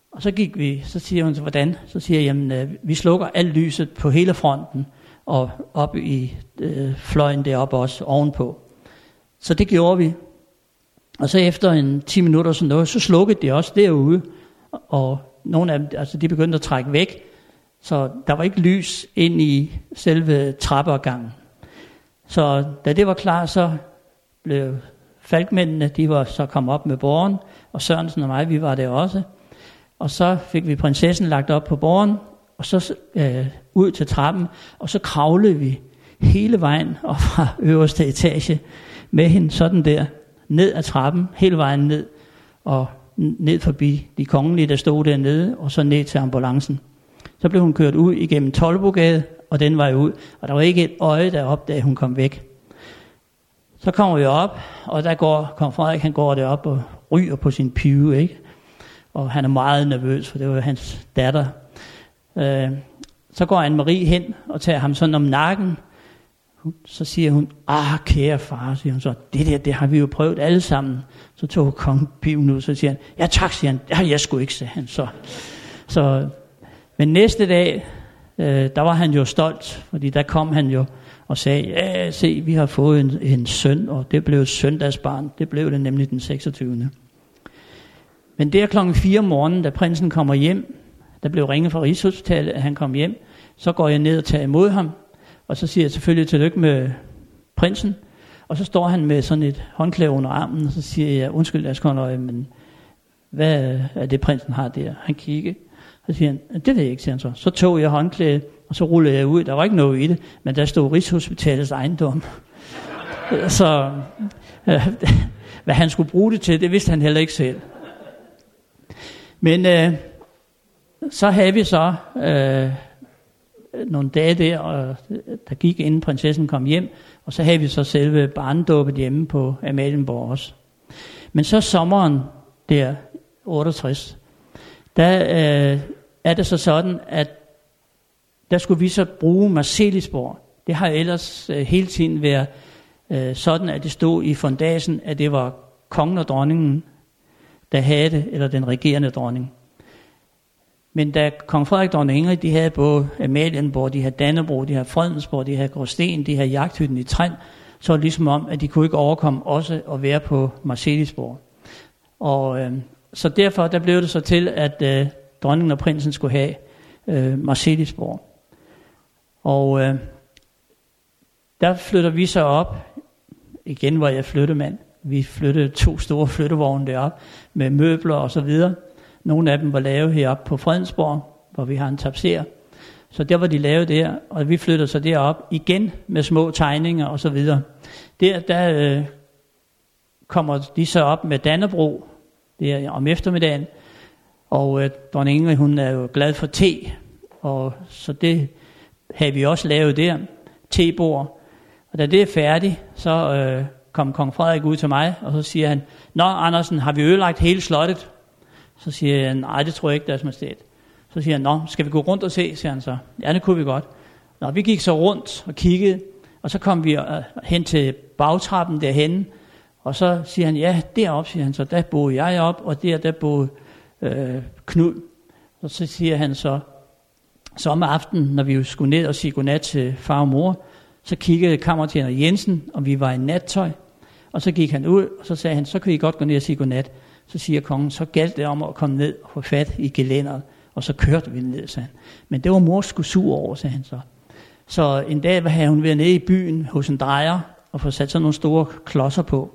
Og så gik vi, så siger hun så, hvordan? Så siger jeg, jamen, øh, vi slukker alt lyset på hele fronten, og op i øh, fløjen deroppe også ovenpå. Så det gjorde vi. Og så efter en ti minutter sådan noget, så slukkede de også derude, og nogle af dem, altså de begyndte at trække væk, så der var ikke lys ind i selve trappeopgangen. Så da det var klar, så blev falkmændene, de var så kommet op med båren, og Sørensen og mig, vi var der også. Og så fik vi prinsessen lagt op på båren, og så øh, ud til trappen, og så kravlede vi hele vejen op fra øverste etage med hende sådan der, ned ad trappen, hele vejen ned, og ned forbi de kongelige, der stod dernede, og så ned til ambulancen. Så blev hun kørt ud igennem Toldbogade, og den vej ud, og der var ikke et øje deroppe, da hun kom væk. Så kommer vi op, og der går kong Frederik, han går derop og ryger på sin pive, ikke? Og han er meget nervøs, for det var hans datter. Øh, så går Anne-Marie hen og tager ham sådan om nakken. Så siger hun, ah, kære far, siger hun så, det der, det har vi jo prøvet alle sammen. Så tog kongen piven ud, så siger han, ja tak, siger han, ja, jeg skulle ikke, sagde han så. så. Men næste dag, øh, der var han jo stolt, fordi der kom han jo og sagde, ja, se, vi har fået en, en søn, og det blev et søndagsbarn. Det blev det nemlig den seksogtyvende Men der klokken fire om morgenen, da prinsen kommer hjem, der blev ringet fra Rigshospitalet, at han kom hjem, så går jeg ned og tager imod ham, og så siger jeg selvfølgelig tillykke med prinsen, og så står han med sådan et håndklæde under armen, og så siger jeg, undskyld, Askonøje, men hvad er det, prinsen har der? Han kigger, og så siger han, det ved jeg ikke, siger han så. Så tog jeg håndklædet, og så rullede jeg ud, der var ikke noget i det, men der stod Rigshospitalets ejendom. Så øh, hvad han skulle bruge det til, det vidste han heller ikke selv. Men øh, så havde vi så øh, nogle dage der, og der gik inden prinsessen kom hjem, og så havde vi så selve barnedåbet hjemme på Amalienborg også. Men så sommeren der, otteogtres, der øh, er det så sådan, at der skulle vi så bruge Marselisborg. Det har ellers øh, hele tiden været øh, sådan, at det stod i fondasen, at det var kongen og dronningen, der havde det, eller den regerende dronning. Men da kong Frederik og dronning Ingrid, de havde både Amalienborg, de havde Dannebrog, de havde Fredensborg, de havde Gråsten, de havde Jagthytten i Trend, så var det ligesom om, at de kunne ikke overkomme også at være på Marselisborg. Og øh, så derfor der blev det så til, at øh, dronningen og prinsen skulle have øh, Marselisborg. Og øh, der flytter vi så op, igen var jeg flyttemand. Vi flyttede to store flyttevogne derop med møbler og så videre. Nogle af dem var lavet heroppe på Fredensborg, hvor vi har en tapser. Så der var de lavet der, og vi flyttede så derop igen med små tegninger og så videre. Der, der øh, kommer de så op med Dannebrog, det er om eftermiddagen, og øh, dronning Ingrid, hun er jo glad for te, og så det havde vi også lavet der, tebord. Og da det er færdigt, så øh, kom kong Frederik ud til mig, og så siger han, nå Andersen, har vi ødelagt hele slottet? Så siger jeg, nej, det tror jeg ikke, Deres Majestæt. Så siger han, nå, skal vi gå rundt og se, siger han så. Ja, det kunne vi godt. Nå, vi gik så rundt og kiggede, og så kom vi uh, hen til bagtrappen derhenne, og så siger han, ja, deroppe, siger han så, der boede jeg op, og der, der boede øh, Knud. Og så siger han så, så om aftenen, når vi skulle ned og sige godnat til far og mor, så kiggede kammertjener Jensen, og vi var i nattøj, og så gik han ud, og så sagde han, så kan I godt gå ned og sige godnat. Så siger kongen, så galt det om at komme ned og få fat i gelænderet, og så kørte vi ned, sagde han. Men det var mor skulle sur over, sagde han så. Så en dag havde hun været nede i byen hos en drejer, og få sat sådan nogle store klodser på.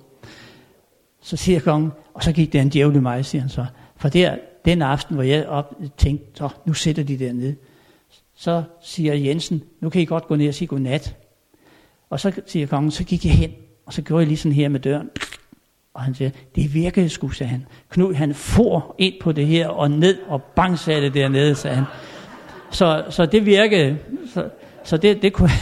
Så siger kongen, og så gik det en djævel i mig, siger han så. For der, den aften, hvor jeg op, tænkte, så nu sætter de dernede. Så siger Jensen, nu kan I godt gå ned og sige godnat. Og så siger kongen, så gik jeg hen, og så gjorde jeg lige sådan her med døren. Og han siger, det virkede sgu, sagde han. Knud, han for ind på det her, og ned og bang sagde det dernede, sagde han. Så, så det virkede. Så, så det, det kunne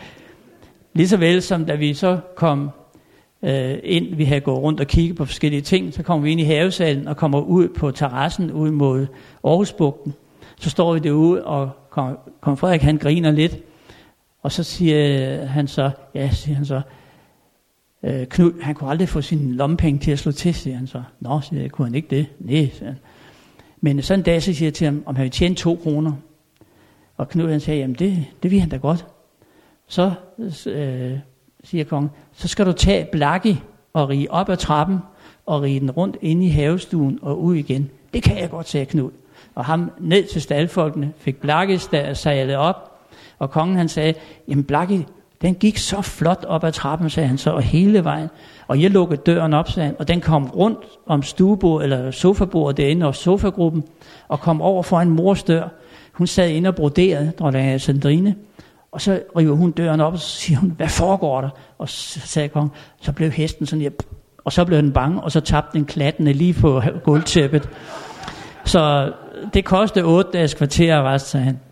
lige så vel som da vi så kom øh, ind, vi havde gået rundt og kigget på forskellige ting, så kom vi ind i havesalen og kommer ud på terrassen ud mod Aarhusbugten. Så står vi derude, og kong, kong Frederik, han griner lidt. Og så siger han så, ja, siger han så, øh, Knud, han kunne aldrig få sin lommepenge til at slå til, siger han så. Nå, siger jeg, kunne han ikke det? Nej, siger han. Men så en dag, så siger jeg til ham, om han vil tjene to kroner. Og Knud han sagde, jamen det, det vil han da godt. Så øh, siger kongen, så skal du tage Blakki og rige op ad trappen, og rige den rundt inde i havestuen og ud igen. Det kan jeg godt, sagde Knud. Og ham ned til staldfolkene fik Blakki sejlet op, og kongen han sagde, jamen Blakki, den gik så flot op ad trappen, sagde han så, og hele vejen. Og jeg lukkede døren op, sagde han, og den kom rundt om stuebord eller sofabordet derinde, og sofagruppen, og kom over foran mors dør. Hun sad inde og broderede, dronning Sandrine, og så river hun døren op, og så siger hun, hvad foregår der? Og så sagde kongen, så blev hesten sådan her, og så blev den bange, og så tabte den klattende lige på gulvtæppet. Så det kostede otte dages kvarter arrest, sagde han.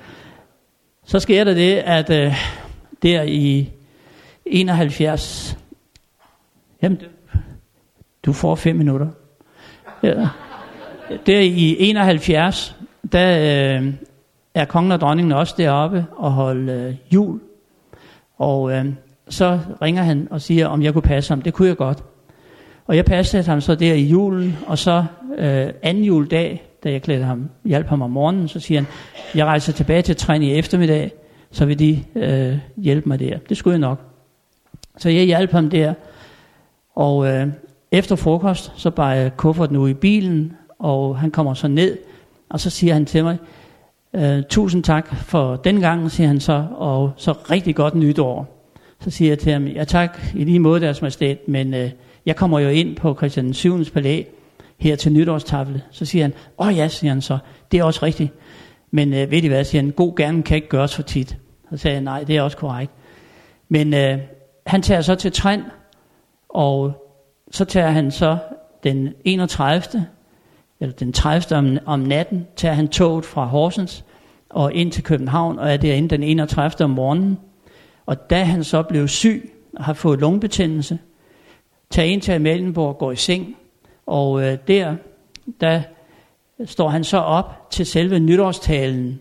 Så sker der det, at øh, der i enoghalvfjerds, jamen du får fem minutter. Ja. Der i enoghalvfjerds, der øh, er kongen og dronningen også deroppe og holde øh, jul. Og øh, så ringer han og siger, om jeg kunne passe ham. Det kunne jeg godt. Og jeg passede ham så der i julen, og så øh, anden juledag, da jeg klædte ham, hjalp ham om morgenen, så siger han, jeg rejser tilbage til træn i eftermiddag, så vil de øh, hjælpe mig der. Det skulle jeg nok. Så jeg hjalp ham der, og øh, efter frokost, så bar jeg kufferten ud i bilen, og han kommer så ned, og så siger han til mig, øh, tusind tak for den gang, siger han så, og så rigtig godt nytår. Så siger jeg til ham, ja tak, i lige måde deres majestæt, men øh, jeg kommer jo ind på Christian den syvendes palæ, her til nytårstavle. Så siger han, åh ja, siger han så, det er også rigtigt. Men øh, ved I hvad, siger han, god gerne kan ikke gøres for tit. Så sagde jeg, nej, det er også korrekt. Men øh, han tager så til Trend, og så tager han så den enogtredivte eller den tredivte om, om natten, tager han toget fra Horsens og ind til København, og er derinde den enogtredivte om morgenen. Og da han så blev syg og har fået lungebetændelse, tager ind til Amalienborg og går i seng, og øh, der, der står han så op til selve nytårstalen.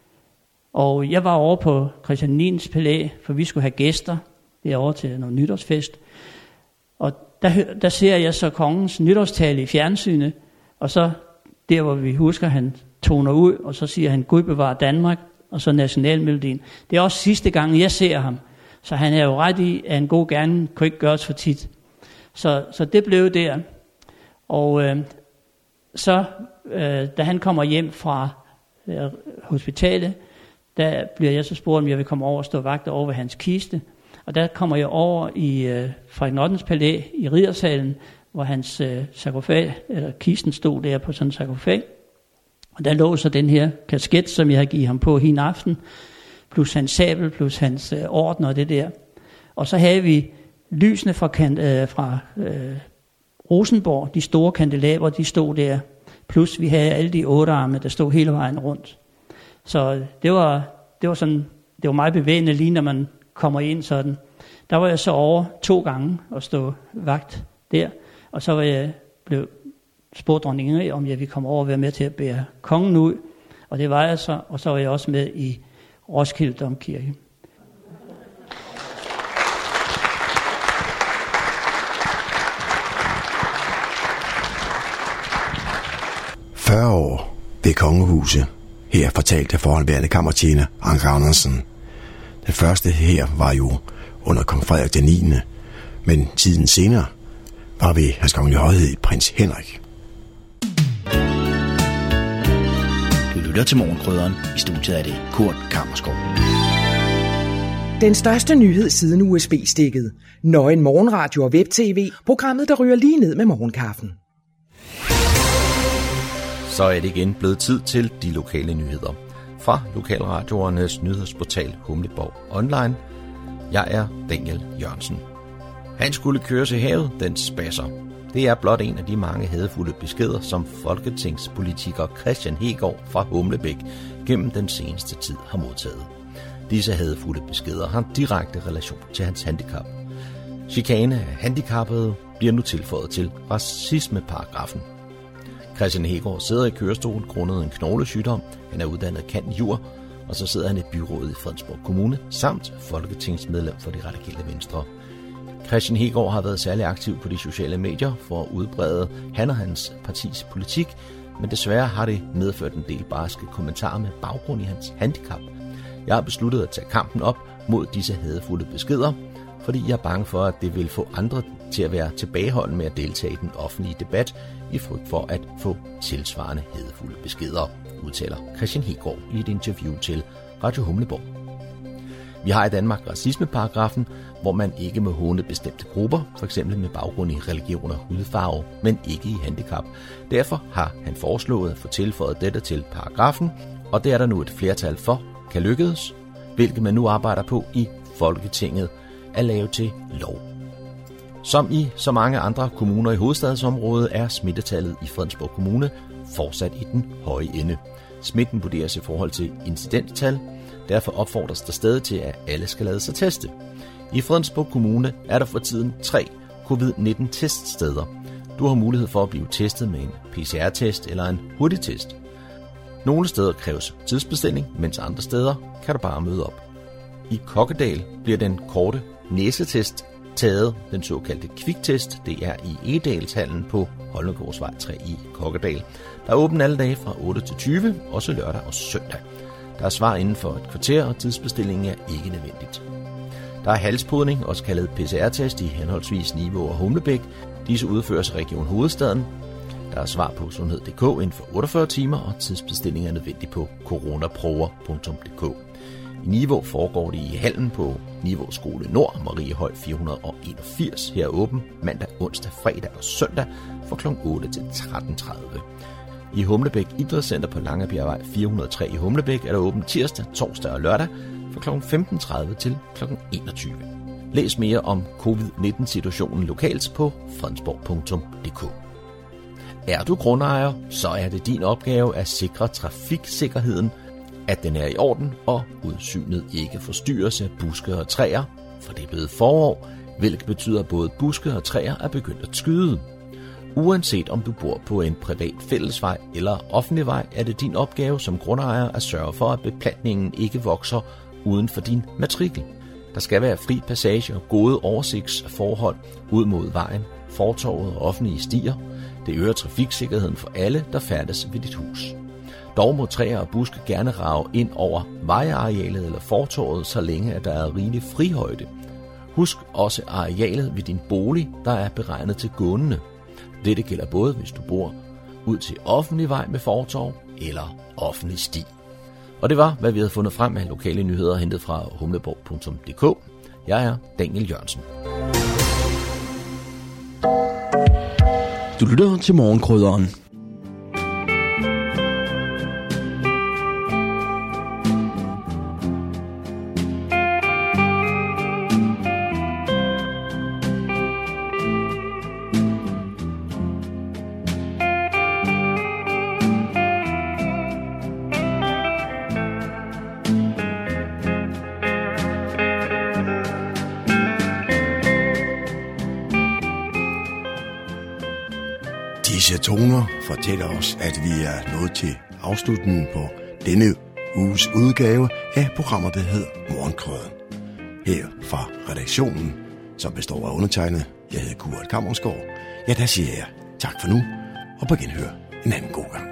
Og jeg var over på Christian den niendes palæ, for vi skulle have gæster derovre til noget nytårsfest. Og der, der ser jeg så kongens nytårstale i fjernsynet, og så der, hvor vi husker, han toner ud, og så siger han, Gud bevarer Danmark, og så nationalmelodien. Det er også sidste gang, jeg ser ham. Så han er jo ret i, at en god gerne kunne ikke gøres for tit. Så, så det blev der. Og øh, så, øh, da han kommer hjem fra øh, hospitalet, der bliver jeg så spurgt, om jeg vil komme over og stå vagt over ved hans kiste. Og der kommer jeg over i øh, Frederik den ottende palæ i Riddersalen, hvor hans øh, sarkofag, eller kisten stod der på sådan en sarkofag. Og der lå så den her kasket, som jeg har givet ham på hin aften, plus hans sabel, plus hans øh, orden og det der. Og så havde vi lysene fra, kan, øh, fra øh, Rosenborg, de store kandelaber, de stod der. Plus vi havde alle de otte arme, der stod hele vejen rundt. Så det var, det var sådan, det var meget bevægende lige, når man kommer ind sådan. Der var jeg så over to gange og stå vagt der. Og så var jeg blev spurgt dronning Ingrid, om jeg ville komme over og være med til at bære kongen ud. Og det var jeg så, og så var jeg også med i Roskilde Domkirke. fyrre år ved kongehuset. Her fortalte forhåndværende kammertjener Anker Andersen. Den første her var jo under kong Frederik den niende, men tiden senere var ved hans kongelige højhed prins Henrik. Du lytter til Morgenkrydderen. I studiet er det Kurt Kammerskov. Den største nyhed siden U S B-stikket. Nøgen morgenradio og web-tv. Programmet, der ryger lige ned med morgenkaffen. Så er det igen blevet tid til de lokale nyheder. Fra lokalradioernes nyhedsportal Humleborg Online. Jeg er Daniel Jørgensen. Han skulle køre til havet, den spasser. Det er blot en af de mange hadefulde beskeder, som folketingspolitiker Christian Hegård fra Humlebæk gennem den seneste tid har modtaget. Disse hadefulde beskeder har direkte relation til hans handicap. Chikane af handicappede bliver nu tilføjet til racismeparagrafen. Christian Hegård sidder i kørestol grundet en knoglesygdom. Han er uddannet cand.jur, og så sidder han i byrådet i Fredensborg Kommune, samt folketingsmedlem for De Radikale Venstre. Christian Hegård har været særlig aktiv på de sociale medier for at udbrede han og hans partis politik men desværre har det medført en del barske kommentarer med baggrund i hans handicap. Jeg har besluttet at tage kampen op mod disse hadefulde beskeder, fordi jeg er bange for, at det vil få andre til at være tilbageholdende med at deltage i den offentlige debat i frygt for at få tilsvarende hadefulde beskeder, udtaler Christian Hegård i et interview til Radio Humleborg. Vi har i Danmark racismeparagrafen, hvor man ikke må håne bestemte grupper, f.eks. med baggrund i religion og hudfarve, men ikke i handicap. Derfor har han foreslået at få tilføjet dette til paragrafen, og det er der nu et flertal for, kan lykkes, hvilket man nu arbejder på i Folketinget at lave til lov. Som i så mange andre kommuner i hovedstadsområdet er smittetallet i Fredensborg Kommune fortsat i den høje ende. Smitten vurderes i forhold til incidenstal. Derfor opfordres der stadig til, at alle skal lade sig teste. I Fredensborg Kommune er der for tiden tre covid nitten teststeder. Du har mulighed for at blive testet med en P C R-test eller en hurtigtest. Nogle steder kræves tidsbestilling, mens andre steder kan du bare møde op. I Kokkedal bliver den korte næsetest taget, den såkaldte kviktest. Det er i Egedalshallen på Holmegårdsvej tre i Kokkedal. Der er åbent alle dage fra otte til tyve, også lørdag og søndag. Der er svar inden for et kvarter, og tidsbestillingen er ikke nødvendigt. Der er halspodning, også kaldet P C R-test, i henholdsvis Nivå og Humlebæk. Disse udføres i Region Hovedstaden. Der er svar på sundhed punktum d k inden for otteogfyrre timer, og tidsbestilling er nødvendig på coronaprover punktum d k. I Nivå foregår det i hallen på Nivå Skole Nord, Mariehøj fire hundrede og enogfirs. Her er åben mandag, onsdag, fredag og søndag fra klokken otte til tretten tredive. I Humlebæk Idrætscenter på Langebjergvej fire hundrede og tre i Humlebæk er der åbent tirsdag, torsdag og lørdag fra klokken femten tredive til klokken enogtyve. Læs mere om covid nitten situationen lokalt på fredensborg punktum d k. Er du grundejer, så er det din opgave at sikre trafiksikkerheden, at den er i orden og udsynet ikke forstyrres af buske og træer, for det er blevet forår, hvilket betyder, at både buske og træer er begyndt at skyde. Uanset om du bor på en privat fællesvej eller offentlig vej, er det din opgave som grundejer at sørge for, at beplantningen ikke vokser uden for din matrikel. Der skal være fri passage og gode oversigtsforhold ud mod vejen, fortovet og offentlige stier. Det øger trafiksikkerheden for alle, der færdes ved dit hus. Dog må træer og buske gerne rage ind over vejarealet eller fortovet, så længe at der er rigelig frihøjde. Husk også arealet ved din bolig, der er beregnet til gående. Dette gælder både, hvis du bor ud til offentlig vej med fortov eller offentlig sti. Og det var, hvad vi havde fundet frem af lokale nyheder hentet fra humleborg punktum d k. Jeg er Daniel Jørgensen. Du lytter til Morgenkrydderen. Disse toner fortæller os, at vi er nået til afslutningen på denne uges udgave af programmet, der hedder Morgenkrydderen. Her fra redaktionen, som består af undertegnet, jeg hedder Kurt Kammersgaard. Ja, der siger jeg tak for nu, og på genhør en anden god gang.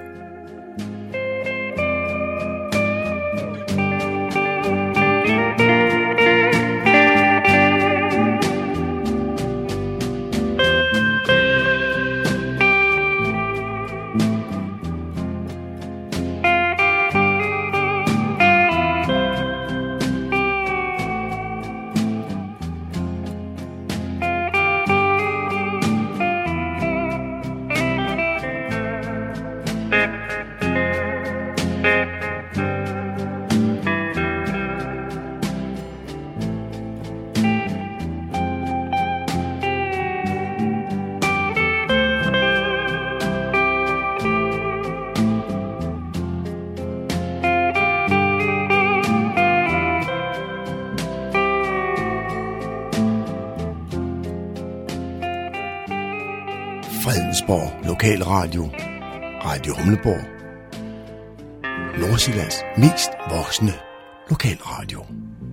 Fredensborg Lokalradio, Radio Humleborg, Nordsjællands mest voksne lokalradio.